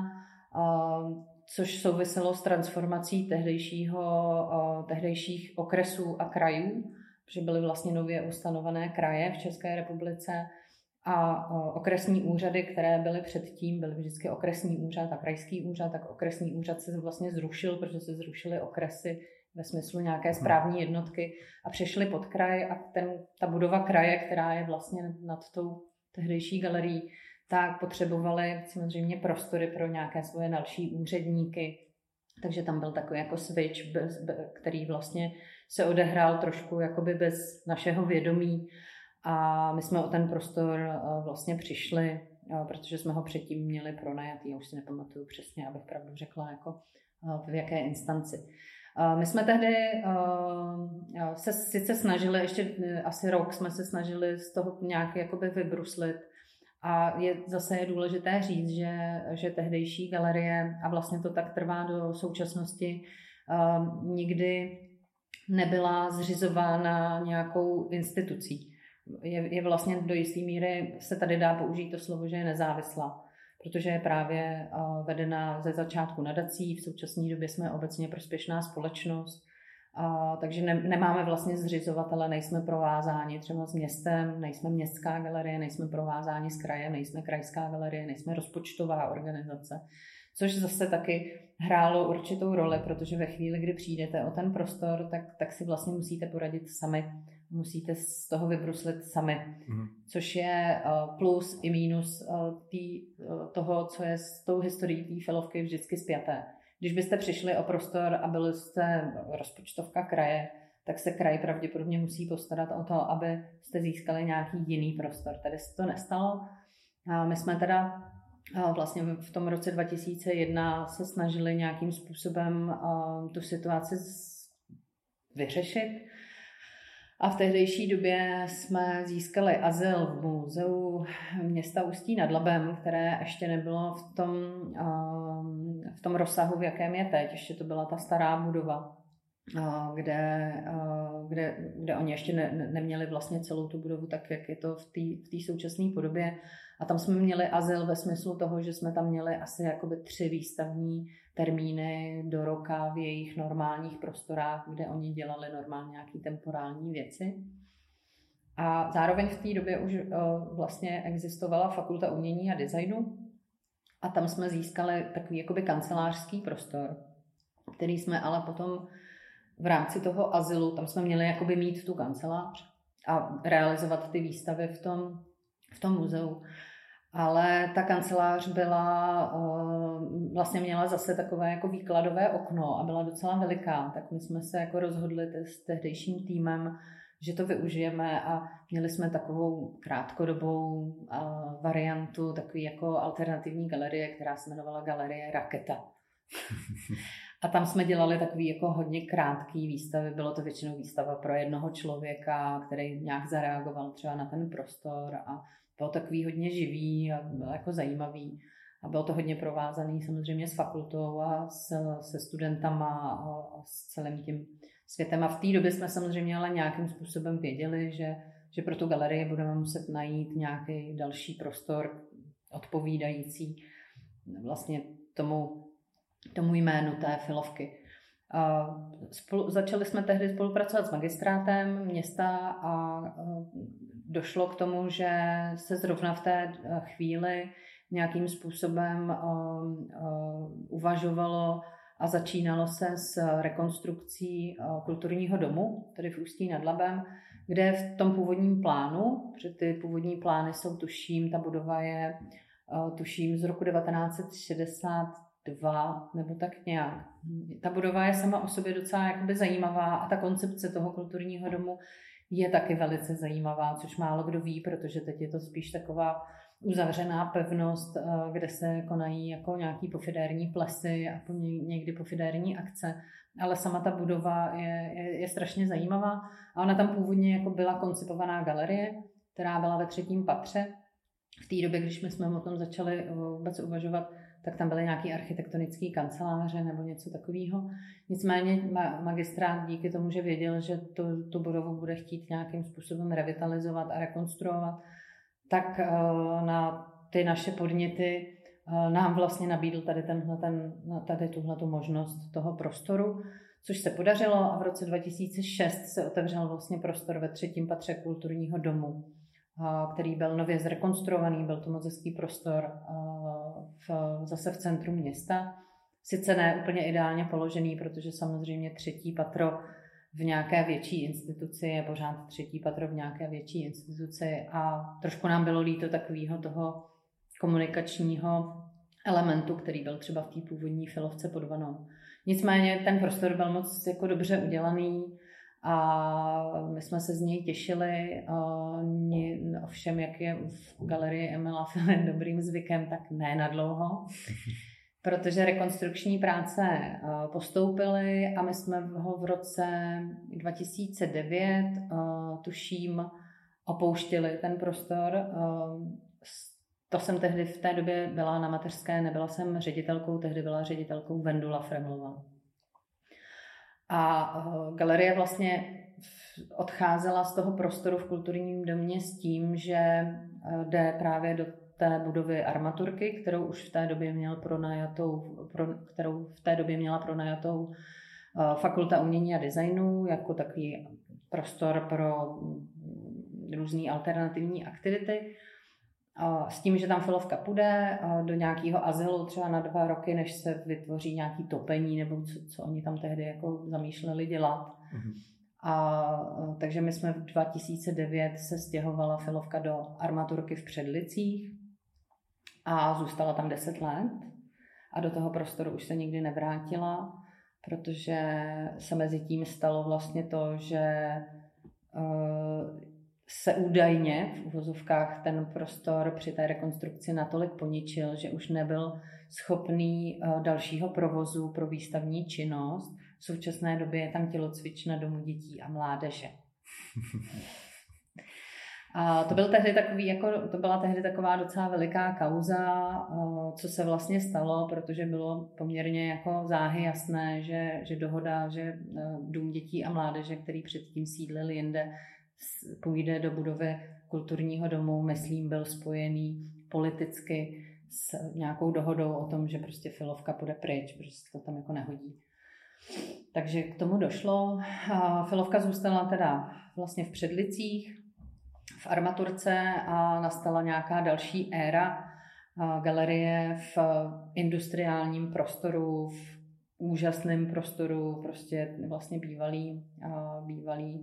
což souviselo s transformací tehdejšího, tehdejších okresů a krajů, protože byly vlastně nově ustanovené kraje v České republice a okresní úřady, které byly předtím, byly vždycky okresní úřad a krajský úřad, tak okresní úřad se vlastně zrušil, protože se zrušily okresy ve smyslu nějaké správní jednotky a přešli pod kraj a ten, ta budova kraje, která je vlastně nad tou tehdejší galerií, tak potřebovali samozřejmě prostory pro nějaké svoje další úředníky. Takže tam byl takový jako switch, bez, který vlastně se odehrál trošku jakoby bez našeho vědomí a my jsme o ten prostor vlastně přišli, protože jsme ho předtím měli pronajatý, já už si nepamatuju přesně, abych pravdu řekla, jako v jaké instanci. My jsme tehdy se sice snažili, ještě asi rok jsme se snažili z toho nějak jakoby vybruslit a je, zase je důležité říct, že, že tehdejší galerie, a vlastně to tak trvá do současnosti, nikdy nebyla zřizována nějakou institucí. Je, je vlastně do jisté míry, se tady dá použít to slovo, že je nezávislá, protože je právě vedena ze začátku nadací, v současné době jsme obecně prospěšná společnost, a, takže ne, nemáme vlastně zřizovatele, nejsme provázáni třeba s městem, nejsme městská galerie, nejsme provázáni s krajem, nejsme krajská galerie, nejsme rozpočtová organizace, což zase taky hrálo určitou roli, protože ve chvíli, kdy přijdete o ten prostor, tak, tak si vlastně musíte poradit sami. Musíte z toho vybruslit sami, mm. což je plus i mínus tý, toho, co je s tou historií té filovky vždycky spjaté. Když byste přišli o prostor a byli jste rozpočtovka kraje, tak se kraj pravděpodobně musí postarat o to, aby jste získali nějaký jiný prostor. Tady se to nestalo. A my jsme teda vlastně v tom roce dva tisíce jedna se snažili nějakým způsobem tu situaci vyřešit. A v tehdejší době jsme získali azyl v muzeu města Ústí nad Labem, které ještě nebylo v tom, v tom rozsahu, v jakém je teď. Ještě to byla ta stará budova, kde, kde, kde oni ještě ne, neměli vlastně celou tu budovu tak, jak je to v té v té současné podobě. A tam jsme měli azyl ve smyslu toho, že jsme tam měli asi jakoby tři výstavní termíny do roka v jejich normálních prostorách, kde oni dělali normálně nějaké temporální věci. A zároveň v té době už uh, vlastně existovala fakulta umění a designu a tam jsme získali takový jakoby kancelářský prostor, který jsme ale potom v rámci toho azylu, tam jsme měli jakoby mít tu kancelář a realizovat ty výstavy v tom, v tom muzeu. Ale ta kancelář byla, vlastně měla zase takové jako výkladové okno a byla docela veliká, tak my jsme se jako rozhodli s tehdejším týmem, že to využijeme a měli jsme takovou krátkodobou variantu, takový jako alternativní galerie, která se jmenovala Galerie Raketa. A tam jsme dělali takový jako hodně krátký výstavy, bylo to většinou výstava pro jednoho člověka, který nějak zareagoval třeba na ten prostor a bylo takový hodně živý a bylo jako zajímavý. A bylo to hodně provázaný samozřejmě s fakultou a s, se studentama a, a s celým tím světem. A v té době jsme samozřejmě ale nějakým způsobem věděli, že, že pro tu galerii budeme muset najít nějaký další prostor odpovídající vlastně tomu, tomu jménu té filovky. A spolu, začali jsme tehdy spolupracovat s magistrátem města a došlo k tomu, že se zrovna v té chvíli nějakým způsobem uh, uh, uvažovalo a začínalo se s rekonstrukcí uh, kulturního domu, tedy v Ústí nad Labem, kde v tom původním plánu, protože ty původní plány jsou, tuším, ta budova je, uh, tuším, z roku devatenáct set šedesát dva, nebo tak nějak. Ta budova je sama o sobě docela jakoby zajímavá a ta koncepce toho kulturního domu je taky velice zajímavá, což málo kdo ví, protože teď je to spíš taková uzavřená pevnost, kde se konají jako nějaký pofidérní plesy a někdy pofidérní akce. Ale sama ta budova je, je, je strašně zajímavá. A ona tam původně jako byla koncipovaná galerie, která byla ve třetím patře. V té době, když my jsme o tom začali vůbec uvažovat, tak tam byly nějaké architektonické kanceláře nebo něco takového. Nicméně magistrát díky tomu, že věděl, že tu, tu budovu bude chtít nějakým způsobem revitalizovat a rekonstruovat, tak na ty naše podněty nám vlastně nabídl tady, tenhle, ten, tady tuhletu možnost toho prostoru, což se podařilo a v roce dva tisíce šest se otevřel vlastně prostor ve třetím patře kulturního domu, který byl nově zrekonstruovaný, byl to moc hezký prostor v, zase v centru města. Sice ne úplně ideálně položený, protože samozřejmě třetí patro v nějaké větší instituci je pořád třetí patro v nějaké větší instituci a trošku nám bylo líto takového toho komunikačního elementu, který byl třeba v té původní Filovce pod vanou. Nicméně ten prostor byl moc jako dobře udělaný a my jsme se z něj těšili. Ovšem, jak je v galerii Emila Fily dobrým zvykem, tak ne na dlouho, protože rekonstrukční práce postoupily a my jsme ho v roce dva tisíce devět, tuším, opouštěli ten prostor. To jsem tehdy v té době byla na mateřské, nebyla jsem ředitelkou, tehdy byla ředitelkou Vendula Fremlová. A galerie vlastně odcházela z toho prostoru v kulturním domě s tím, že jde právě do té budovy armaturky, kterou už v té době měl pronajatou, pro, kterou v té době měla pronajatou Fakulta umění a designu jako takový prostor pro různé alternativní aktivity. S tím, že tam Filovka půjde do nějakého azylu třeba na dva roky, než se vytvoří nějaký topení nebo co, co oni tam tehdy jako zamýšleli dělat. Mm-hmm. A, takže my jsme v dva tisíce devět se stěhovala Filovka do armaturky v Předlicích a zůstala tam deset let a do toho prostoru už se nikdy nevrátila, protože se mezi tím stalo vlastně to, že uh, se údajně v uvozovkách ten prostor při té rekonstrukci natolik poničil, že už nebyl schopný dalšího provozu pro výstavní činnost. V současné době je tam tělocvična Domu dětí a mládeže. A to byl tehdy takový, jako, to byla tehdy taková docela veliká kauza, co se vlastně stalo, protože bylo poměrně jako záhy jasné, že, že dohoda, že Dům dětí a mládeže, který předtím sídlil jinde, půjde do budovy kulturního domu, myslím, byl spojený politicky s nějakou dohodou o tom, že prostě Filovka půjde pryč, protože se to tam jako nehodí. Takže k tomu došlo. Filovka zůstala teda vlastně v Předlicích, v armaturce a nastala nějaká další éra galerie v industriálním prostoru, v úžasném prostoru, prostě vlastně bývalý, bývalý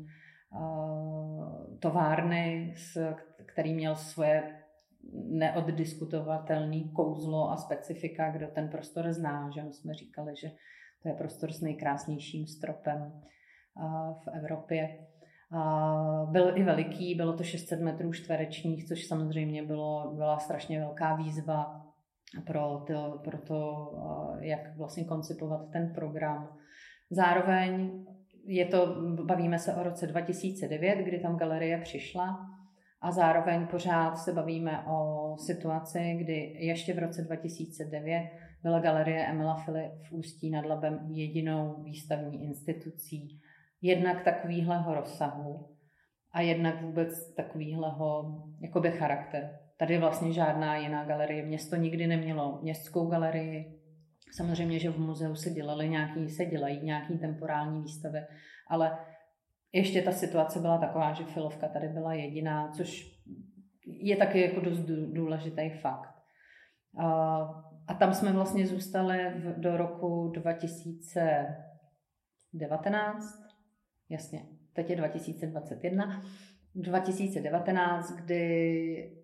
továrny, který měl svoje neoddiskutovatelné kouzlo a specifika, kdo ten prostor zná, že jsme říkali, že to je prostor s nejkrásnějším stropem v Evropě. Byl i veliký, bylo to šest set metrů čtverečních, což samozřejmě bylo, byla strašně velká výzva pro to, pro to, jak vlastně koncipovat ten program. Zároveň je to, bavíme se o roce dva tisíce devět, kdy tam galerie přišla a zároveň pořád se bavíme o situaci, kdy ještě v roce dva tisíce devět byla galerie Emila Fily v Ústí nad Labem jedinou výstavní institucí, jednak takovýhleho rozsahu a jednak vůbec takovýhleho jakoby charakter. Tady vlastně žádná jiná galerie. Město nikdy nemělo městskou galerii. Samozřejmě, že v muzeu se dělaly nějaký, se dělají nějaký temporální výstavy, ale ještě ta situace byla taková, že Filovka tady byla jediná, což je taky jako dost důležitý fakt. A tam jsme vlastně zůstali do roku dva tisíce devatenáct, jasně, teď je dva tisíce dvacet jedna, dva tisíce devatenáct, kdy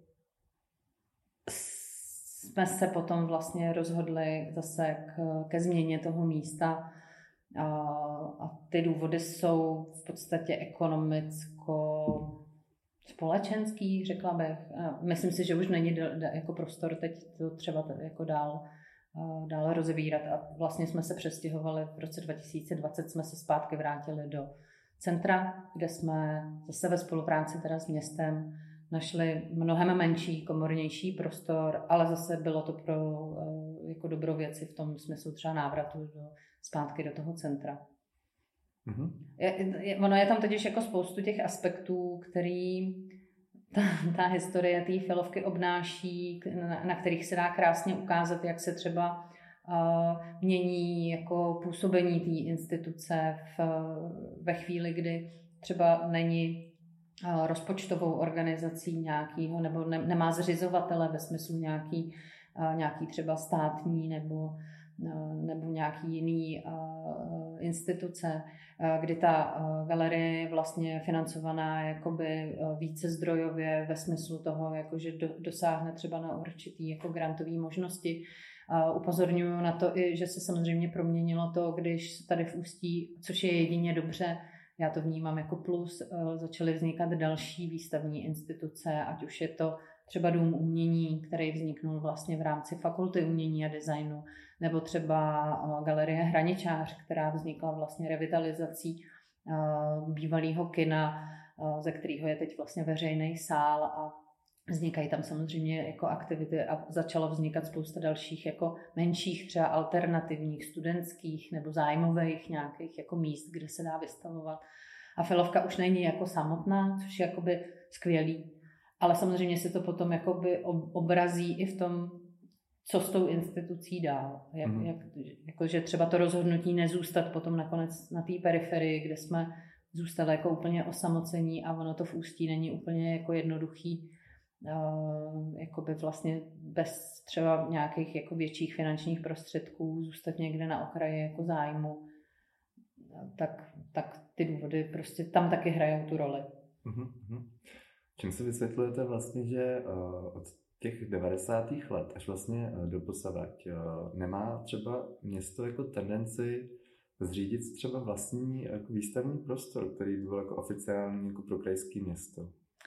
jsme se potom vlastně rozhodli zase k, ke změně toho místa a, a ty důvody jsou v podstatě ekonomicko společenský, řekla bych. Myslím si, že už není jako prostor teď to třeba jako dál, dál rozevírat. A vlastně jsme se přestěhovali v roce dva tisíce dvacet, jsme se zpátky vrátili do centra, kde jsme zase ve spolupráci teda s městem našli mnohem menší, komornější prostor, ale zase bylo to pro jako dobrou věci v tom smyslu třeba návratu do, zpátky do toho centra. Mm-hmm. Je, je, ono je tam totiž jako spoustu těch aspektů, který ta, ta historie té Filovky obnáší, na, na kterých se dá krásně ukázat, jak se třeba uh, mění jako působení té instituce v, ve chvíli, kdy třeba není uh, rozpočtovou organizací nějakýho, nebo ne, nemá zřizovatele ve smyslu nějaký, uh, nějaký třeba státní nebo nebo nějaký jiný uh, instituce, uh, kdy ta uh, galerie je vlastně financovaná jakoby uh, více zdrojově ve smyslu toho, jako že do, dosáhne třeba na určitý jako grantový možnosti. Uh, upozorňuji na to i, že se samozřejmě proměnilo to, když tady v Ústí, což je jedině dobře, já to vnímám jako plus, uh, začaly vznikat další výstavní instituce, ať už je to třeba Dům umění, který vzniknul vlastně v rámci Fakulty umění a designu, nebo třeba Galerie Hraničář, která vznikla vlastně revitalizací bývalého kina, ze kterého je teď vlastně veřejný sál a vznikají tam samozřejmě jako aktivity a začalo vznikat spousta dalších jako menších, třeba alternativních, studentských nebo zájmových nějakých jako míst, kde se dá vystavovat. A Filovka už není jako samotná, což je jakoby skvělý. Ale samozřejmě se to potom jakoby obrazí i v tom, co s tou institucí dál. Jak, mm. jak, jako, že třeba to rozhodnutí nezůstat potom nakonec na té periferii, kde jsme zůstali jako úplně osamocení a ono to v Ústí není úplně jako jednoduchý, uh, jakoby vlastně bez třeba nějakých jako větších finančních prostředků zůstat někde na okraji jako zájmu, tak, tak ty důvody prostě tam taky hrajou tu roli. Mm-hmm. Čím se vysvětlujete vlastně, že uh, od těch devadesátých let až vlastně uh, do posavať uh, nemá třeba město jako tendenci zřídit třeba vlastní jako výstavní prostor, který by byl jako oficiální jako pro krajské město?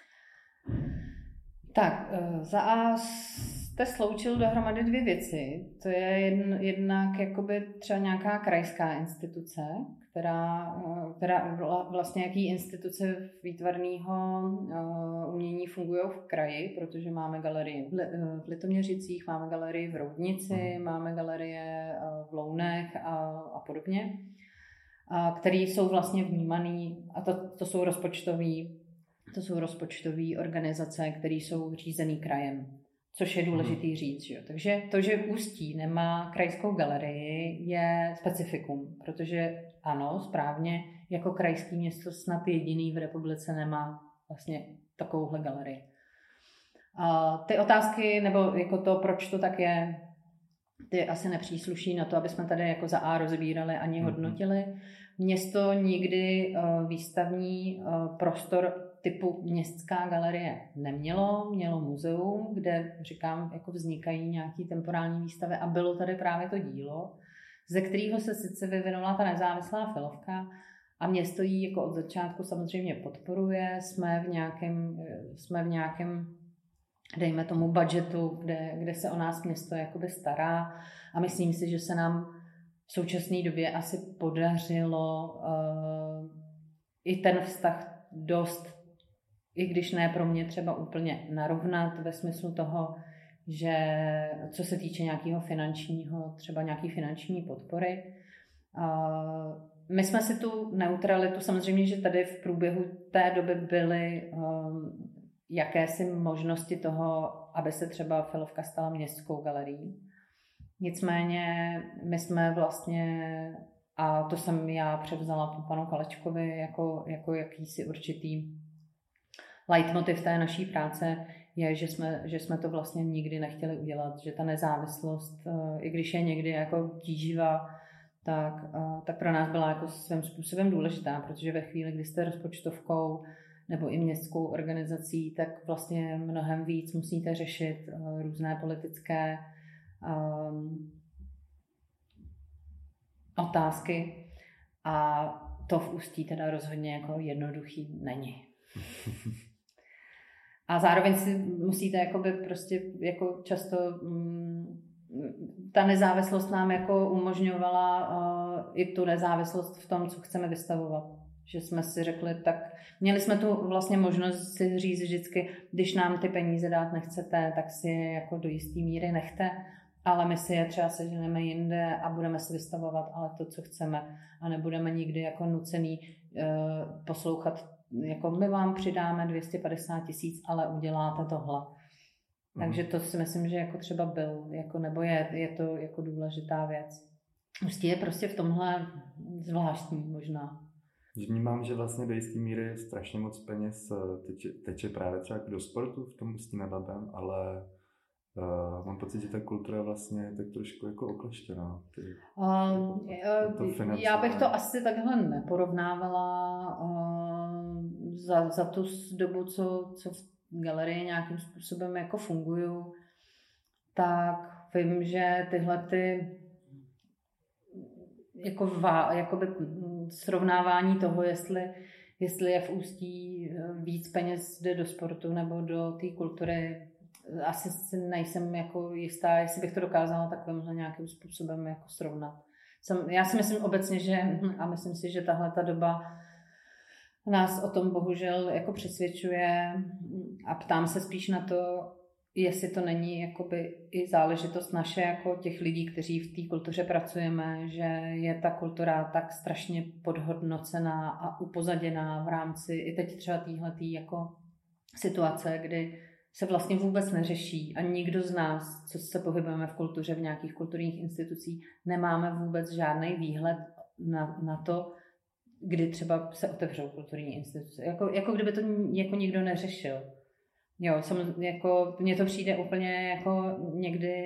Tak, uh, za A jste sloučil dohromady dvě věci. To je jedn, jednak jakoby třeba nějaká krajská instituce, která, která vlastně jaký instituce výtvarného umění fungují v kraji, protože máme galerii v Litoměřicích, máme galerii v Roudnici, mm. máme galerie v Lounech a, a podobně, a který jsou vlastně vnímaný, a to, to jsou rozpočtový, to jsou rozpočtový organizace, které jsou řízený krajem. Což je důležitý hmm. říct. Že? Takže to, že Ústí nemá krajskou galerii, je specifikum, protože ano, správně, jako krajské město snad jediný v republice nemá vlastně takovouhle galerii. A ty otázky, nebo jako to, proč to tak je, ty asi nepřísluší na to, aby jsme tady jako za A rozebírali ani hmm. hodnotili. Město nikdy uh, výstavní uh, prostor typu městská galerie nemělo, mělo muzeum, kde, říkám, jako vznikají nějaký temporální výstavy a bylo tady právě to dílo, ze kterého se sice vyvinula ta nezávislá Filovka a město ji jako od začátku samozřejmě podporuje, jsme v nějakém, jsme v nějakém dejme tomu budgetu, kde, kde se o nás město jakoby stará a myslím si, že se nám v současné době asi podařilo uh, i ten vztah dost, i když ne pro mě třeba úplně narovnat ve smyslu toho, že co se týče nějakého finančního, třeba nějaký finanční podpory. My jsme si tu neutralitu, samozřejmě, že tady v průběhu té doby byly um, jakési možnosti toho, aby se třeba Filovka stala městskou galerií. Nicméně my jsme vlastně, a to jsem já převzala po panu Kalečkovi jako, jako jakýsi určitý leitmotiv té naší práce je, že jsme, že jsme to vlastně nikdy nechtěli udělat, že ta nezávislost, i když je někdy jako tíživá, tak, tak pro nás byla jako svým způsobem důležitá, protože ve chvíli, kdy jste rozpočtovkou nebo i městskou organizací, tak vlastně mnohem víc musíte řešit různé politické um, otázky a to v Ústí teda rozhodně jako jednoduchý není. A zároveň si musíte jakoby prostě jako často mm, ta nezávislost nám jako umožňovala uh, i tu nezávislost v tom, co chceme vystavovat. Že jsme si řekli, tak měli jsme tu vlastně možnost si říct vždycky, když nám ty peníze dát nechcete, tak si je jako do jistý míry nechte, ale my si je třeba seženeme jinde a budeme si vystavovat ale to, co chceme a nebudeme nikdy jako nucený uh, poslouchat, jako my vám přidáme dvě stě padesát tisíc, ale uděláte tohle. Mm. Takže to si myslím, že jako třeba byl, jako, nebo je, je to jako důležitá věc. Ústí je prostě v tomhle zvláštní možná. Vnímám, že vlastně do jistý míry strašně moc peněz teče, teče právě třeba do sportu v tom Ústí nad Labem, ale uh, mám pocit, že ta kultura vlastně je tak trošku jako okleštěná. Ty, um, to já bych to asi takhle neporovnávala uh, za, za tu dobu, co, co v galerii nějakým způsobem jako fungují, tak vím, že tyhle ty jako vá, jakoby srovnávání toho, jestli, jestli je v Ústí víc peněz jde do sportu nebo do té kultury, asi si nejsem jako jistá, jestli bych to dokázala takovýmhle nějakým způsobem jako srovnat. Jsem, já si myslím obecně, že a myslím si, že tahle ta doba nás o tom bohužel jako přesvědčuje a ptám se spíš na to, jestli to není jakoby i záležitost naše jako těch lidí, kteří v té kultuře pracujeme, že je ta kultura tak strašně podhodnocená a upozaděná v rámci i teď třeba téhletý jako situace, kdy se vlastně vůbec neřeší a nikdo z nás, co se pohybujeme v kultuře, v nějakých kulturních institucích, nemáme vůbec žádný výhled na, na to, kdy třeba se otevřou kulturní instituce. Jako, jako kdyby to jako nikdo neřešil. Jo, sam, jako, mně to přijde úplně jako někdy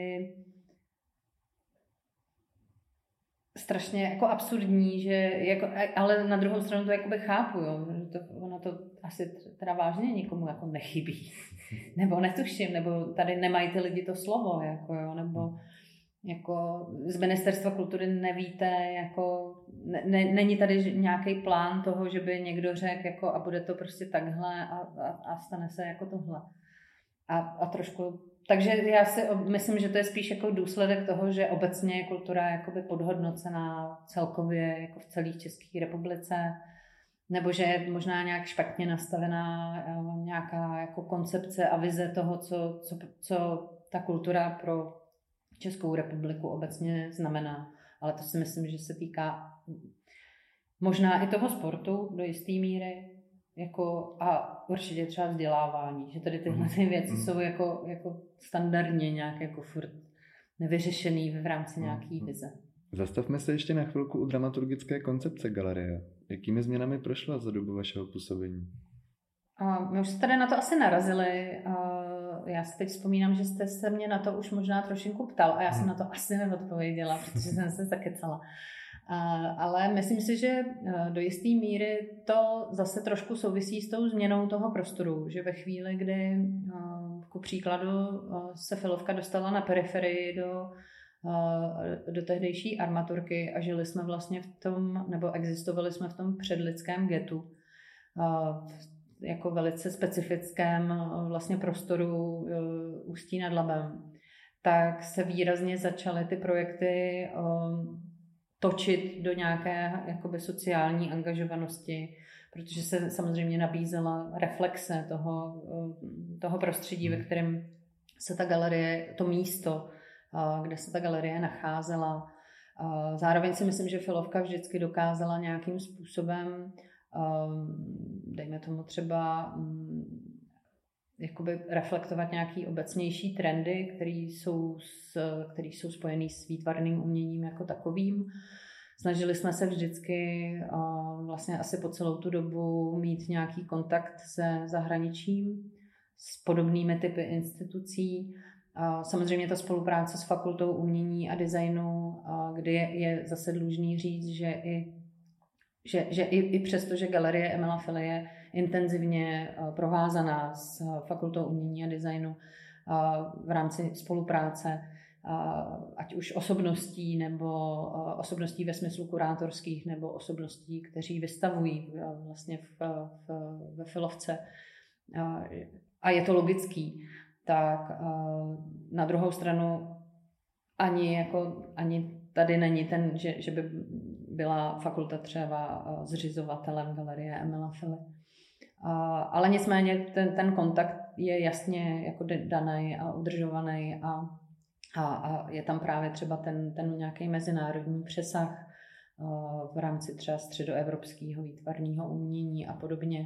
strašně jako absurdní, že jako, ale na druhou stranu to jakoby chápu, jo, to, ono to asi teda vážně nikomu jako nechybí, nebo netuším, nebo tady nemají ty lidi to slovo, jako jo, nebo jako z Ministerstva kultury nevíte, jako ne, není tady nějaký plán toho, že by někdo řekl, jako a bude to prostě takhle a, a, a stane se jako tohle. A, a trošku, takže já si myslím, že to je spíš jako důsledek toho, že obecně je kultura jakoby podhodnocená celkově jako v celé České republice, nebo že je možná nějak špatně nastavená nějaká jako koncepce a vize toho, co, co, co ta kultura pro Českou republiku obecně znamená. Ale to si myslím, že se týká možná i toho sportu do jisté míry, jako, a určitě třeba vzdělávání, že tady tyhle ty věci jsou jako, jako standardně nějak jako furt nevyřešený v rámci nějaký vize. Zastavme se ještě na chvilku u dramaturgické koncepce galerie. Jakými změnami prošla za dobu vašeho působení? A my už jste tady na to asi narazili. Já si teď vzpomínám, že jste se mě na to už možná trošinku ptal a já jsem na to asi neodpověděla, protože jsem se zakecala. Ale myslím si, že do jisté míry to zase trošku souvisí s tou změnou toho prostoru, že ve chvíli, kdy ku příkladu se Filovka dostala na periferii do, do tehdejší armaturky a žili jsme vlastně v tom, nebo existovali jsme v tom předlidském getu, jako velice specifickém vlastně prostoru Ústí nad Labem, tak se výrazně začaly ty projekty točit do nějaké jakoby sociální angažovanosti, protože se samozřejmě nabízela reflexe toho, toho prostředí, ve kterém se ta galerie, to místo, kde se ta galerie nacházela. Zároveň si myslím, že Filovka vždycky dokázala nějakým způsobem, dejme tomu třeba, jakoby reflektovat nějaký obecnější trendy, které jsou, které jsou spojené s výtvarným uměním jako takovým. Snažili jsme se vždycky vlastně asi po celou tu dobu mít nějaký kontakt se zahraničím, s podobnými typy institucí. Samozřejmě ta spolupráce s Fakultou umění a designu, kde je zase dlužný říct, že i, že, že i, i přesto, že galerie Emila Fily je intenzivně provázaná s Fakultou umění a designu v rámci spolupráce, ať už osobností nebo osobností ve smyslu kurátorských nebo osobností, kteří vystavují vlastně v, v, ve Filovce, a je to logický, tak na druhou stranu ani, jako, ani tady není ten, že, že by byla fakulta třeba zřizovatelem galerie Emila Fily. Ale nicméně ten, ten kontakt je jasně jako daný a udržovaný a, a, a je tam právě třeba ten, ten nějaký mezinárodní přesah v rámci třeba středoevropského výtvarného umění a podobně.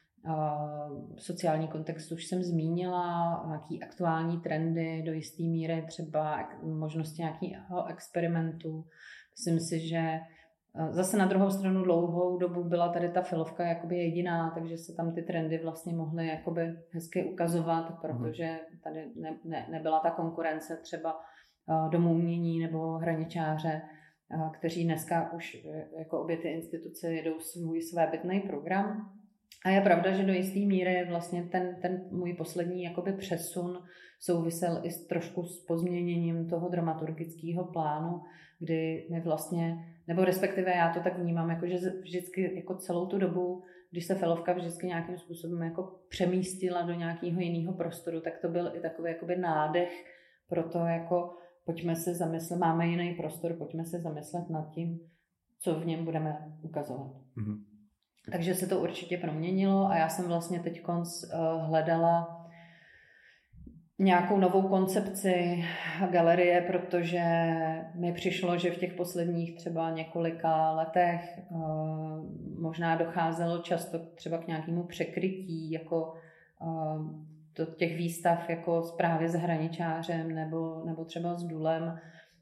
Sociální kontext už jsem zmínila, nějaký aktuální trendy do jisté míry, třeba možnosti nějakého experimentu. Myslím si, že zase na druhou stranu dlouhou dobu byla tady ta filovka jakoby jediná, takže se tam ty trendy vlastně mohly jakoby hezky ukazovat, protože tady ne, ne, nebyla ta konkurence třeba domů umění nebo hraničáře, kteří dneska už jako obě ty instituce jedou svůj svébytný program. A je pravda, že do jisté míry vlastně ten, ten můj poslední jakoby přesun souvisel i s trošku s pozměněním toho dramaturgického plánu, kdy my vlastně, nebo respektive já to tak vnímám, jako že vždycky jako celou tu dobu, když se filovka vždycky nějakým způsobem jako přemístila do nějakého jiného prostoru, tak to byl i takový jakoby nádech pro to, jako pojďme se zamyslet, máme jiný prostor, pojďme se zamyslet nad tím, co v něm budeme ukazovat. Mm-hmm. Takže se to určitě proměnilo a já jsem vlastně teď hledala nějakou novou koncepci galerie, protože mi přišlo, že v těch posledních třeba několika letech možná docházelo často třeba k nějakému překrytí jako do těch výstav jako právě s hraničářem nebo, nebo třeba s Důlem,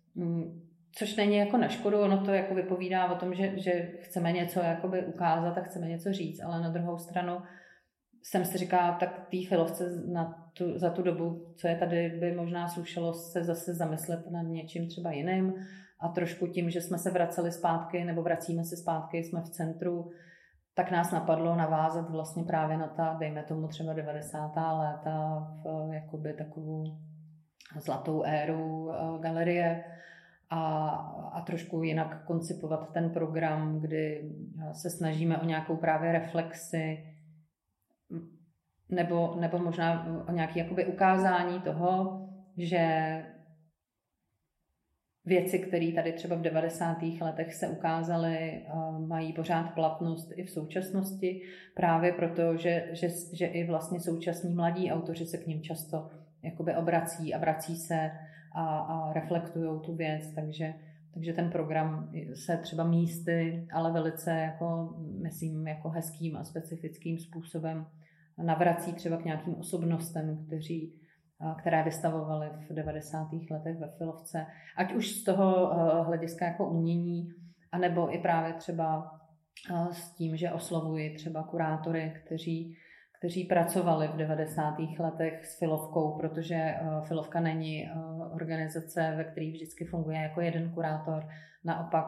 což není jako na škodu, ono to jako vypovídá o tom, že, že chceme něco jakoby ukázat a chceme něco říct, ale na druhou stranu jsem si říkala, tak té filovce na tu, za tu dobu, co je tady, by možná slušelo se zase zamyslet nad něčím třeba jiným a trošku tím, že jsme se vraceli zpátky nebo vracíme se zpátky, jsme v centru, tak nás napadlo navázat vlastně právě na ta, dejme tomu třeba devadesátá léta v jakoby takovou zlatou éru galerie a, a trošku jinak koncipovat ten program, kdy se snažíme o nějakou právě reflexi nebo, nebo možná o nějaké jakoby ukázání toho, že věci, které tady třeba v devadesátých letech se ukázaly, mají pořád platnost i v současnosti, právě proto, že, že, že i vlastně současní mladí autoři se k ním často jakoby obrací a vrací se a, a reflektují tu věc, takže, takže ten program se třeba místy, ale velice jako, myslím, jako hezkým a specifickým způsobem navrací třeba k nějakým osobnostem, kteří které vystavovaly v devadesátých letech ve filovce, ať už z toho hlediska jako umění, anebo i právě třeba s tím, že oslovuji třeba kurátory, kteří, kteří pracovali v devadesátých letech s filovkou, protože filovka není organizace, ve které vždycky funguje jako jeden kurátor. Naopak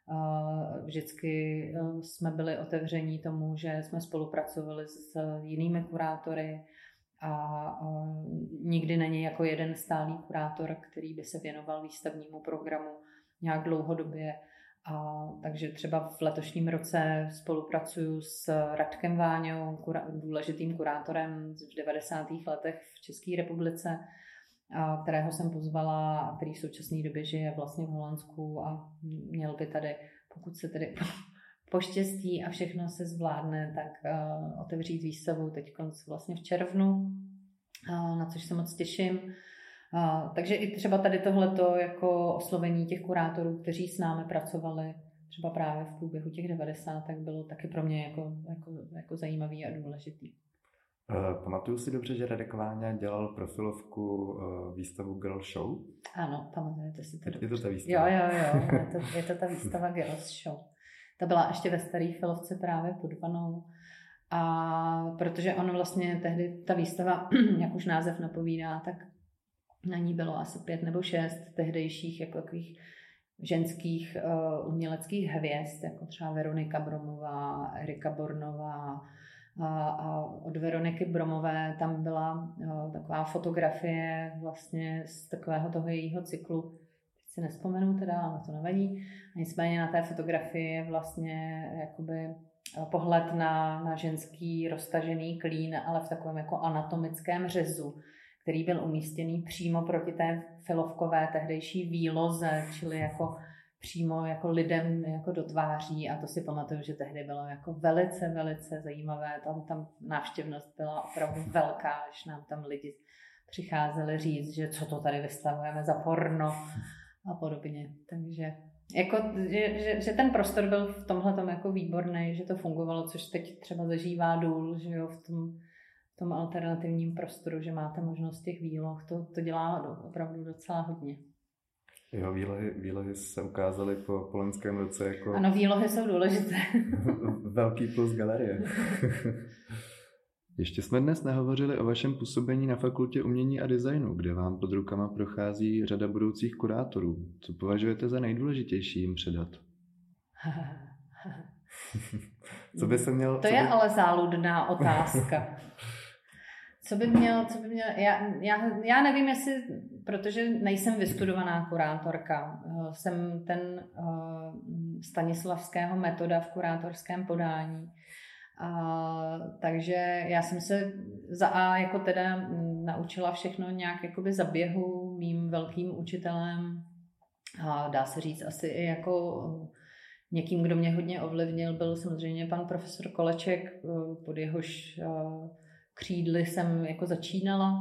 vždycky jsme byli otevření tomu, že jsme spolupracovali s jinými kurátory, a, a nikdy není jako jeden stálý kurátor, který by se věnoval výstavnímu programu nějak dlouhodobě. A, takže třeba v letošním roce spolupracuju s Radkem Váňou, kura, důležitým kurátorem v devadesátých letech v České republice, a, kterého jsem pozvala a který v současné době žije vlastně v Holandsku a měl by tady, pokud se tedy poštěstí a všechno se zvládne, tak uh, otevřít výstavu teď vlastně v červnu, uh, na což se moc těším. Uh, takže i třeba tady tohleto jako oslovení těch kurátorů, kteří s námi pracovali třeba právě v průběhu těch devadesátek, bylo taky pro mě jako, jako, jako zajímavý a důležitý. Uh, pamatuju si dobře, že Radek Váňa dělal profilovku uh, výstavu Girl Show? Ano, pamatujete si to je, dobře. Je to ta výstava? Jo, jo, jo, je to, je to ta výstava Girls Show. Ta byla ještě ve staré filovce právě pod vanou. A protože on vlastně tehdy, ta výstava, jak už název napovídá, tak na ní bylo asi pět nebo šest tehdejších jako takových ženských uh, uměleckých hvězd, jako třeba Veronika Bromová, Erika Bornová. A, a od Veroniky Bromové tam byla uh, taková fotografie vlastně z takového toho jejího cyklu. Teď si nespomenu teda, ale to nevadí. Nicméně na té fotografii je vlastně jakoby pohled na, na ženský roztažený klín, ale v takovém jako anatomickém řezu, který byl umístěný přímo proti té filovkové tehdejší výloze, čili jako přímo jako lidem jako do tváří, a to si pamatuju, že tehdy bylo jako velice, velice zajímavé. Tam, tam návštěvnost byla opravdu velká, až nám tam lidi přicházeli říct, že co to tady vystavujeme za porno a podobně. Takže jako, že, že, že ten prostor byl v tomhletom jako výborný, že to fungovalo, což teď třeba zažívá Důl, že jo, v tom, v tom alternativním prostoru, že máte možnost těch výloh, to, to dělá opravdu docela hodně. Jo, výlohy, výlohy se ukázaly po, po loňském roce jako... Ano, výlohy jsou důležité. Velký plus galerie. Ještě jsme dnes nehovořili o vašem působení na Fakultě umění a designu, kde vám pod rukama prochází řada budoucích kurátorů. Co považujete za nejdůležitější jim předat? Co by se měl... To je by... ale záludná otázka. Co by měl, co by měl, já, já, já nevím, jestli, protože nejsem vystudovaná kurátorka, jsem ten uh, stanislavského metoda v kurátorském podání, uh, takže já jsem se za A jako teda naučila všechno nějak jakoby za běhu mým velkým učitelem, a dá se říct asi i jako někým, kdo mě hodně ovlivnil, byl samozřejmě pan profesor Koleček, pod jehož uh, křídly jsem jako začínala.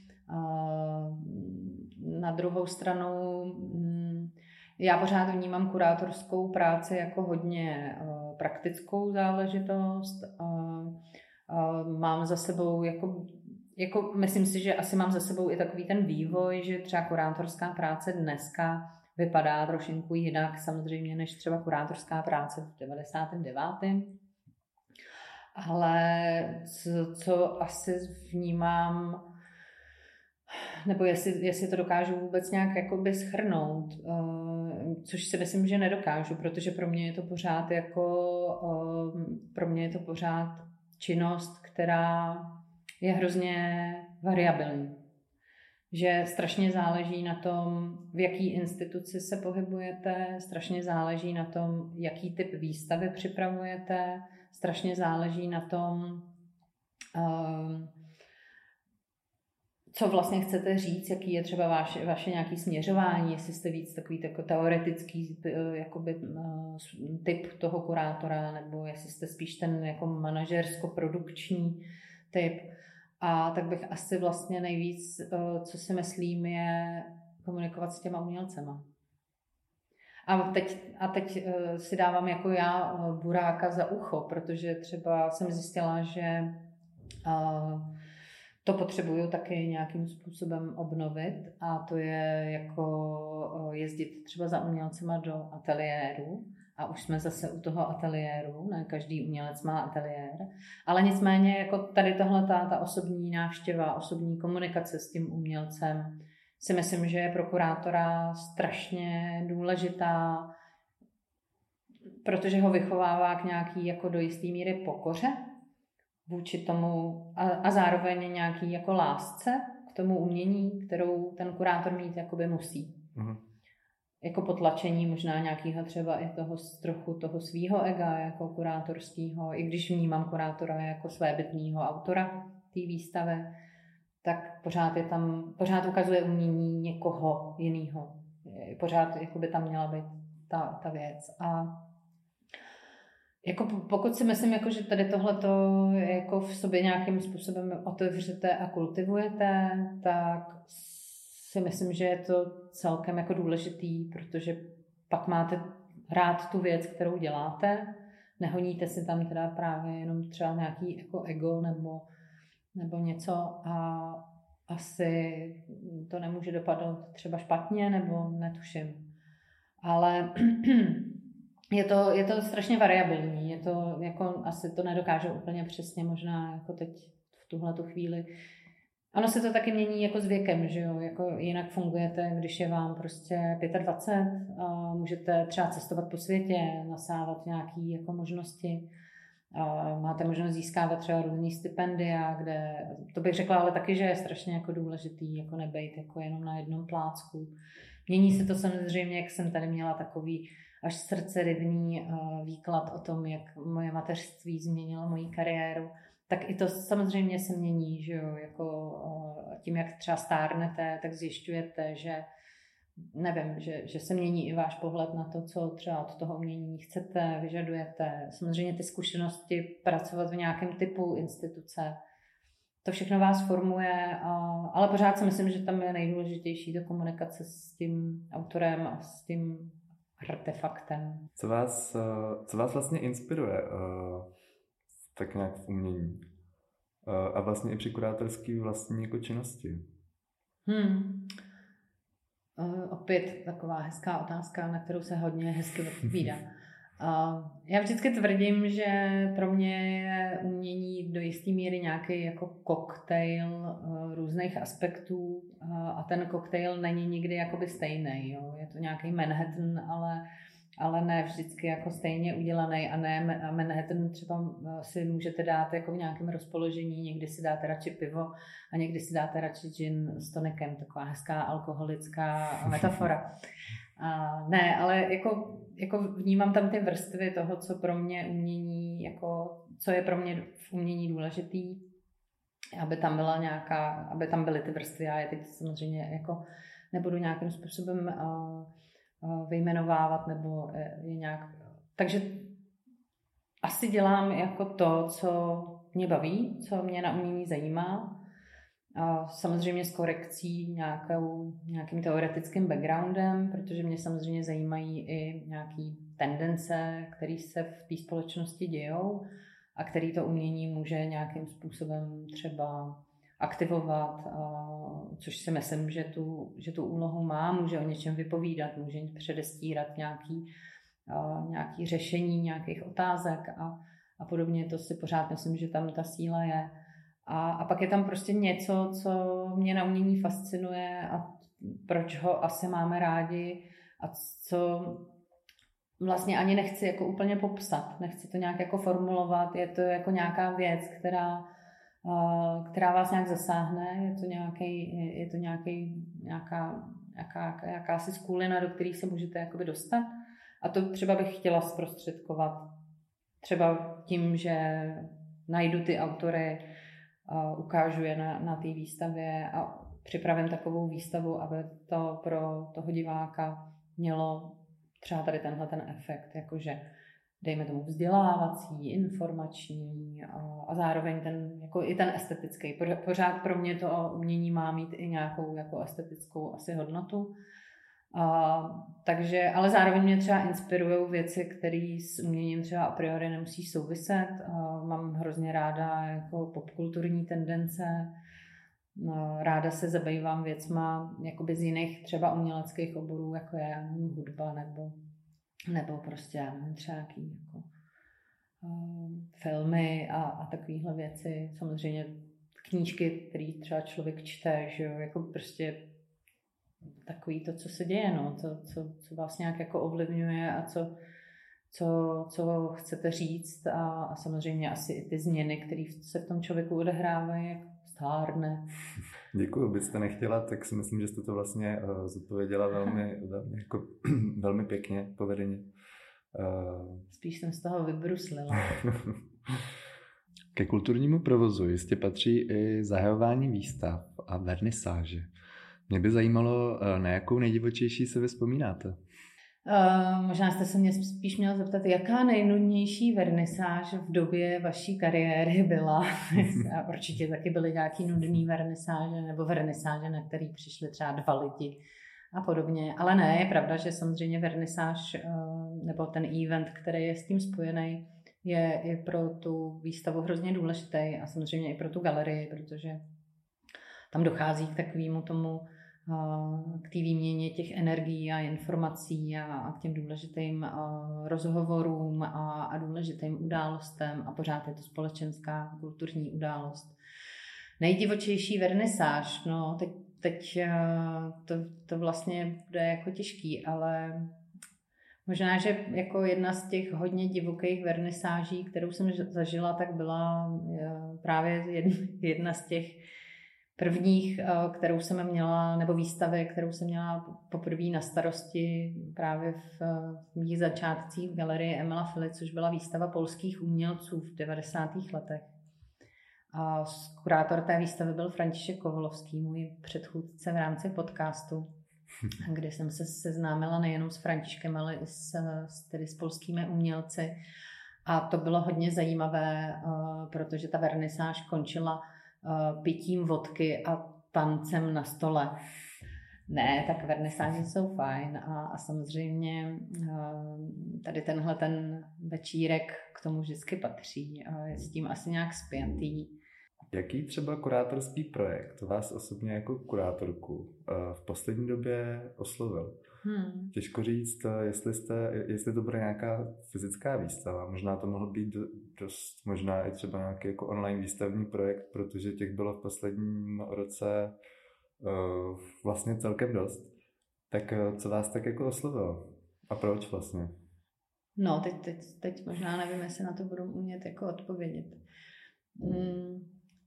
Na druhou stranu já pořád vnímám kurátorskou práci jako hodně praktickou záležitost. Mám za sebou jako, jako myslím si, že asi mám za sebou i takový ten vývoj, že třeba kurátorská práce dneska vypadá trošinku jinak samozřejmě než třeba kurátorská práce v devadesátém devátém Ale co, co asi vnímám, nebo jestli, jestli to dokážu vůbec nějak jakoby shrnout, což si myslím, že nedokážu, protože pro mě je to pořád jako, pro mě je to pořád činnost, která je hrozně variabilní. Že strašně záleží na tom, v jaký instituci se pohybujete, strašně záleží na tom, jaký typ výstavy připravujete, strašně záleží na tom, co vlastně chcete říct, jaký je třeba vaše, vaše nějaké směřování, jestli jste víc takový jako teoretický jakoby, typ toho kurátora, nebo jestli jste spíš ten jako manažersko-produkční typ. A tak bych asi vlastně nejvíc, co si myslím, je komunikovat s těma umělcema. A teď, a teď si dávám jako já buráka za ucho, protože třeba jsem zjistila, že to potřebuju taky nějakým způsobem obnovit, a to je jako jezdit třeba za umělcema do ateliéru. A už jsme zase u toho ateliéru, ne každý umělec má ateliér, ale nicméně jako tady tahle ta, ta osobní návštěva, osobní komunikace s tím umělcem si myslím, že je pro kurátora strašně důležitá, protože ho vychovává k nějaký jako do jistý míry pokoře vůči tomu a, a zároveň nějaký jako lásce k tomu umění, kterou ten kurátor mít jakoby musí. Mhm. Jako potlačení možná nějakého třeba i toho trochu toho svýho ega jako kurátorského, i když vnímám kurátora jako svébytného autora té výstavy, tak pořád je tam, pořád ukazuje umění někoho jiného. Pořád jako by tam měla být ta, ta věc. A jako pokud si myslím, jako, že tady tohleto jako v sobě nějakým způsobem otevřete a kultivujete, tak si myslím, že je to celkem jako důležitý, protože pak máte rád tu věc, kterou děláte, nehoníte si tam teda právě jenom třeba nějaký jako ego nebo, nebo něco a asi to nemůže dopadnout třeba špatně nebo netuším. Ale je to, je to strašně variabilní, je to jako, asi to nedokážu úplně přesně možná jako teď v tuhletu chvíli. Ono se to taky mění jako s věkem, že jo, jako jinak fungujete, když je vám prostě dvacet pět a můžete třeba cestovat po světě, nasávat nějaké jako možnosti, a máte možnost získávat třeba různý stipendia, kde, to bych řekla, ale taky, že je strašně jako důležitý, jako nebejt jako jenom na jednom plácku. Mění se to samozřejmě, jak jsem tady měla takový až srdcerivný výklad o tom, jak moje mateřství změnilo moji kariéru, tak i to samozřejmě se mění, že jo, jako tím, jak třeba stárnete, tak zjišťujete, že nevím, že, že se mění i váš pohled na to, co třeba od toho umění chcete, vyžadujete. Samozřejmě ty zkušenosti pracovat v nějakém typu instituce, to všechno vás formuje, ale pořád si myslím, že tam je nejdůležitější ta komunikace s tím autorem a s tím artefaktem. Co vás, co vás vlastně inspiruje tak nějak v umění? A vlastně i při kurátorské vlastní jako činnosti? Hmm. Uh, opět taková hezká otázka, na kterou se hodně hezky odpovídá. Uh, já vždycky tvrdím, že pro mě je umění do jisté míry nějaký jako koktejl uh, různých aspektů uh, a ten koktejl není nikdy jakoby stejný. Jo? Je to nějaký Manhattan, ale ale ne vždycky jako stejně udělaný a ne a Manhattan třeba si můžete dát jako v nějakém rozpoložení, někdy si dáte radši pivo a někdy si dáte radši gin s tonikem, taková hezká alkoholická metafora. A ne, ale jako, jako vnímám tam ty vrstvy toho, co pro mě umění, jako, co je pro mě v umění důležitý, aby tam byla nějaká, aby tam byly ty vrstvy, já je teď samozřejmě jako nebudu nějakým způsobem uh, vyjmenovávat nebo je nějak... Takže asi dělám jako to, co mě baví, co mě na umění zajímá. A samozřejmě s korekcí nějakou, nějakým teoretickým backgroundem, protože mě samozřejmě zajímají i nějaké tendence, které se v té společnosti dějou a který to umění může nějakým způsobem třeba aktivovat, což si myslím, že tu, že tu úlohu má, může o něčem vypovídat, může předestírat nějaký, nějaký řešení nějakých otázek a, a podobně. To si pořád myslím, že tam ta síla je. A, a pak je tam prostě něco, co mě na umění fascinuje a proč ho asi máme rádi a co vlastně ani nechci jako úplně popsat, nechci to nějak jako formulovat, je to jako nějaká věc, která která vás nějak zasáhne, je to nějaký, je to nějaký, nějaká, nějaká, jakási skulina, do které se můžete jakoby dostat. A to třeba bych chtěla zprostředkovat. Třeba tím, že najdu ty autory, ukážu je na, na té výstavě a připravím takovou výstavu, aby to pro toho diváka mělo třeba tady tenhle ten efekt, jakože dejme tomu vzdělávací, informační a, a zároveň ten, jako i ten estetický. Pořád pro mě to umění má mít i nějakou jako estetickou asi hodnotu. A, takže, ale zároveň mě třeba inspirují věci, které s uměním třeba a priori nemusí souviset. A mám hrozně ráda jako popkulturní tendence. A ráda se zabývám věcma jakoby z jiných třeba uměleckých oborů, jako je hudba nebo nebo prostě, já nevím, třeba nějaký jako, uh, filmy a, a takovéhle věci. Samozřejmě knížky, které třeba člověk čte, že jo, jako prostě takový to, co se děje, no, to, co, co vás nějak jako ovlivňuje a co, co, co chcete říct a, a samozřejmě asi i ty změny, které se v tom člověku odehrávají, jak stárne. Děkuju, byste nechtěla, tak si myslím, že jste to vlastně uh, zodpověděla velmi, velmi, jako, velmi pěkně, povedeně. Uh... Spíš jsem z toho vybruslila. Ke kulturnímu provozu jistě patří i zahajování výstav a vernisáže. Mě by zajímalo, na jakou nejdivočejší se vy vzpomínáte? Uh, možná jste se mě spíš měla zeptat, jaká nejnudnější vernisáž v době vaší kariéry byla. A určitě taky byly nějaký nudný vernisáže nebo vernisáže, na který přišli třeba dva lidi a podobně. Ale ne, je pravda, že samozřejmě vernisáž uh, nebo ten event, který je s tím spojený, je i pro tu výstavu hrozně důležitý a samozřejmě i pro tu galerii, protože tam dochází k takovému tomu k té výměně těch energií a informací a, a k těm důležitým uh, rozhovorům a, a důležitým událostem a pořád je to společenská kulturní událost. Nejdivočejší vernisáž, no teď, teď uh, to, to vlastně bude jako těžký, ale možná, že jako jedna z těch hodně divokých vernisáží, kterou jsem zažila, tak byla uh, právě jedna z těch prvních, kterou jsem měla, nebo výstavy, kterou jsem měla poprvé na starosti právě v, v mých začátcích v galerii Emila Fily, což byla výstava polských umělců v devadesátých letech. A kurátor té výstavy byl František Kovolovský, můj předchůdce v rámci podcastu, kde jsem se seznámila nejenom s Františkem, ale i s, s, tedy s polskými umělci. A to bylo hodně zajímavé, protože ta vernisáž končila pitím vodky a tancem na stole. Ne, tak vernisáže jsou fajn a, a samozřejmě tady tenhle ten večírek k tomu vždycky patří a je s tím asi nějak spjatý. Jaký třeba kurátorský projekt vás osobně jako kurátorku v poslední době oslovil? Hmm. Těžko říct, jestli, jste, jestli to bude nějaká fyzická výstava. Možná to mohl být dost, možná i třeba nějaký jako online výstavní projekt, protože těch bylo v posledním roce uh, vlastně celkem dost. Tak co vás tak jako oslovilo? A proč vlastně? No, teď, teď, teď možná nevím, jestli na to budu umět jako odpovědět. Hmm.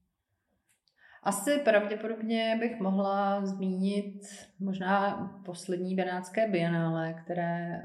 Asi pravděpodobně bych mohla zmínit možná poslední benátské bienále, které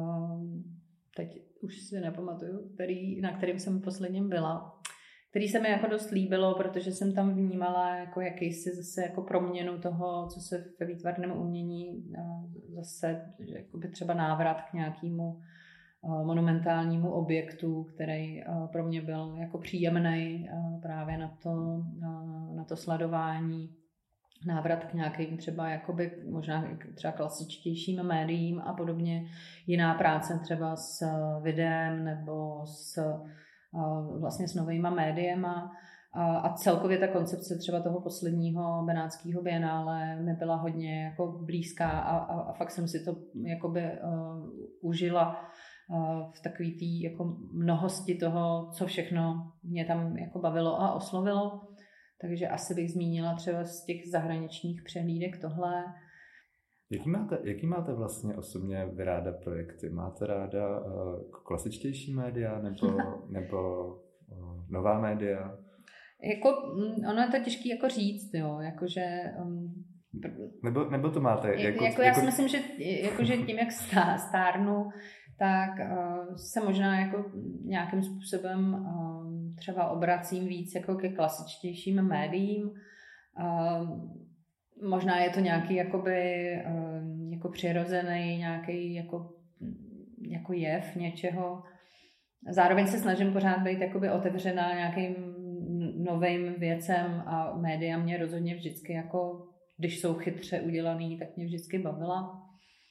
teď už si nepamatuju, který, na kterým jsem posledním byla, který se mi jako dost líbilo, protože jsem tam vnímala jako jakýsi zase jako proměnu toho, co se ve výtvarném umění zase jakoby třeba návrat k nějakému monumentálnímu objektu, který pro mě byl jako příjemný právě na to, na to sledování, návrat k nějakým třeba jakoby možná třeba klasičtějším médiím a podobně, jiná práce třeba s videem nebo s vlastně s novýma médiema a celkově ta koncepce třeba toho posledního benátského bienále mi byla hodně jako blízká a, a, a fakt jsem si to jakoby uh, užila v takový tý jako mnohosti toho, co všechno mě tam jako bavilo a oslovilo. Takže asi bych zmínila třeba z těch zahraničních přehlídek tohle. Jaký máte, jaký máte vlastně osobně vy ráda projekty? Máte ráda uh, klasičtější média nebo, nebo uh, nová média? Jako, ono je to těžké jako říct, jo, jakože... Um, nebo, nebo to máte? Jako, jako, já si myslím, že, jako, že tím, jak stá, stárnu, tak uh, se možná jako nějakým způsobem uh, třeba obracím víc jako ke klasičtějším médiím. Uh, možná je to nějaký jakoby, uh, jako přirozený nějaký jako, jako jev něčeho. Zároveň se snažím pořád být jakoby otevřená nějakým novým věcem a média mě rozhodně vždycky jako, když jsou chytře udělaný, tak mě vždycky bavila.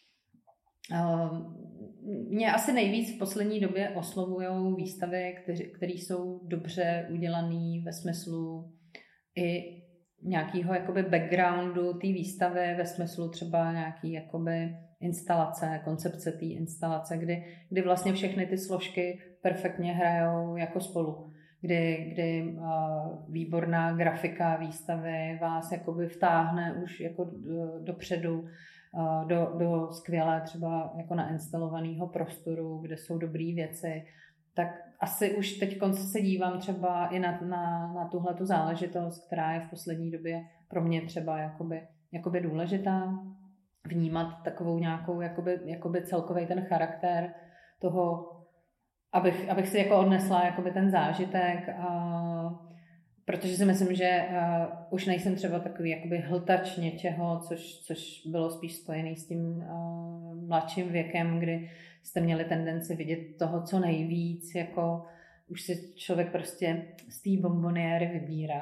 Uh, Mě asi nejvíc v poslední době oslovují výstavy, které jsou dobře udělané ve smyslu i nějakého jakoby backgroundu té výstavy, ve smyslu třeba nějaký jakoby instalace, koncepce té instalace, kdy, kdy vlastně všechny ty složky perfektně hrajou jako spolu. Kdy, kdy uh, výborná grafika výstavy vás jakoby vtáhne už jako do, dopředu Do, do skvělé třeba jako nainstalovaného prostoru, kde jsou dobré věci, tak asi už teď se dívám třeba i na, na, na tuhletu záležitost, která je v poslední době pro mě třeba jakoby, jakoby důležitá. Vnímat takovou nějakou jakoby, jakoby celkový ten charakter toho, abych, abych si jako odnesla jakoby ten zážitek a protože si myslím, že uh, už nejsem třeba takový jakoby hltač něčeho, což, což bylo spíš spojený s tím uh, mladším věkem, kdy jste měli tendenci vidět toho, co nejvíc, jako už si člověk prostě z té bomboniéry vybírá.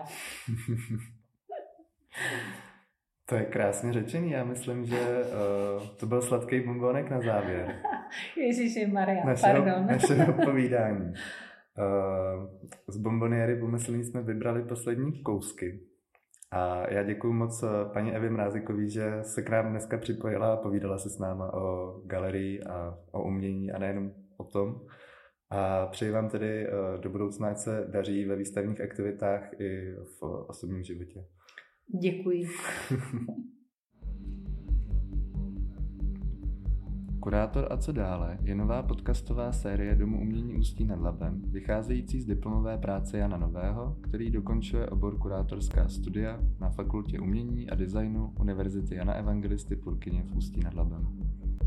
To je krásně řečený, já myslím, že uh, to byl sladký bombonek na závěr. Ježišimaria, našeho, pardon. Našeho povídání. Z bomboniéry pomyslný jsme vybrali poslední kousky. A já děkuju moc paní Evě Mrázikové, že se k nám dneska připojila a povídala se s náma o galerii a o umění a nejenom o tom. A přeji vám tedy do budoucna, ať se daří ve výstavních aktivitách i v osobním životě. Děkuji. Kurátor a co dále je nová podcastová série Domu umění Ústí nad Labem, vycházející z diplomové práce Jana Nového, který dokončuje obor kurátorská studia na Fakultě umění a designu Univerzity Jana Evangelisty Purkyně v Ústí nad Labem.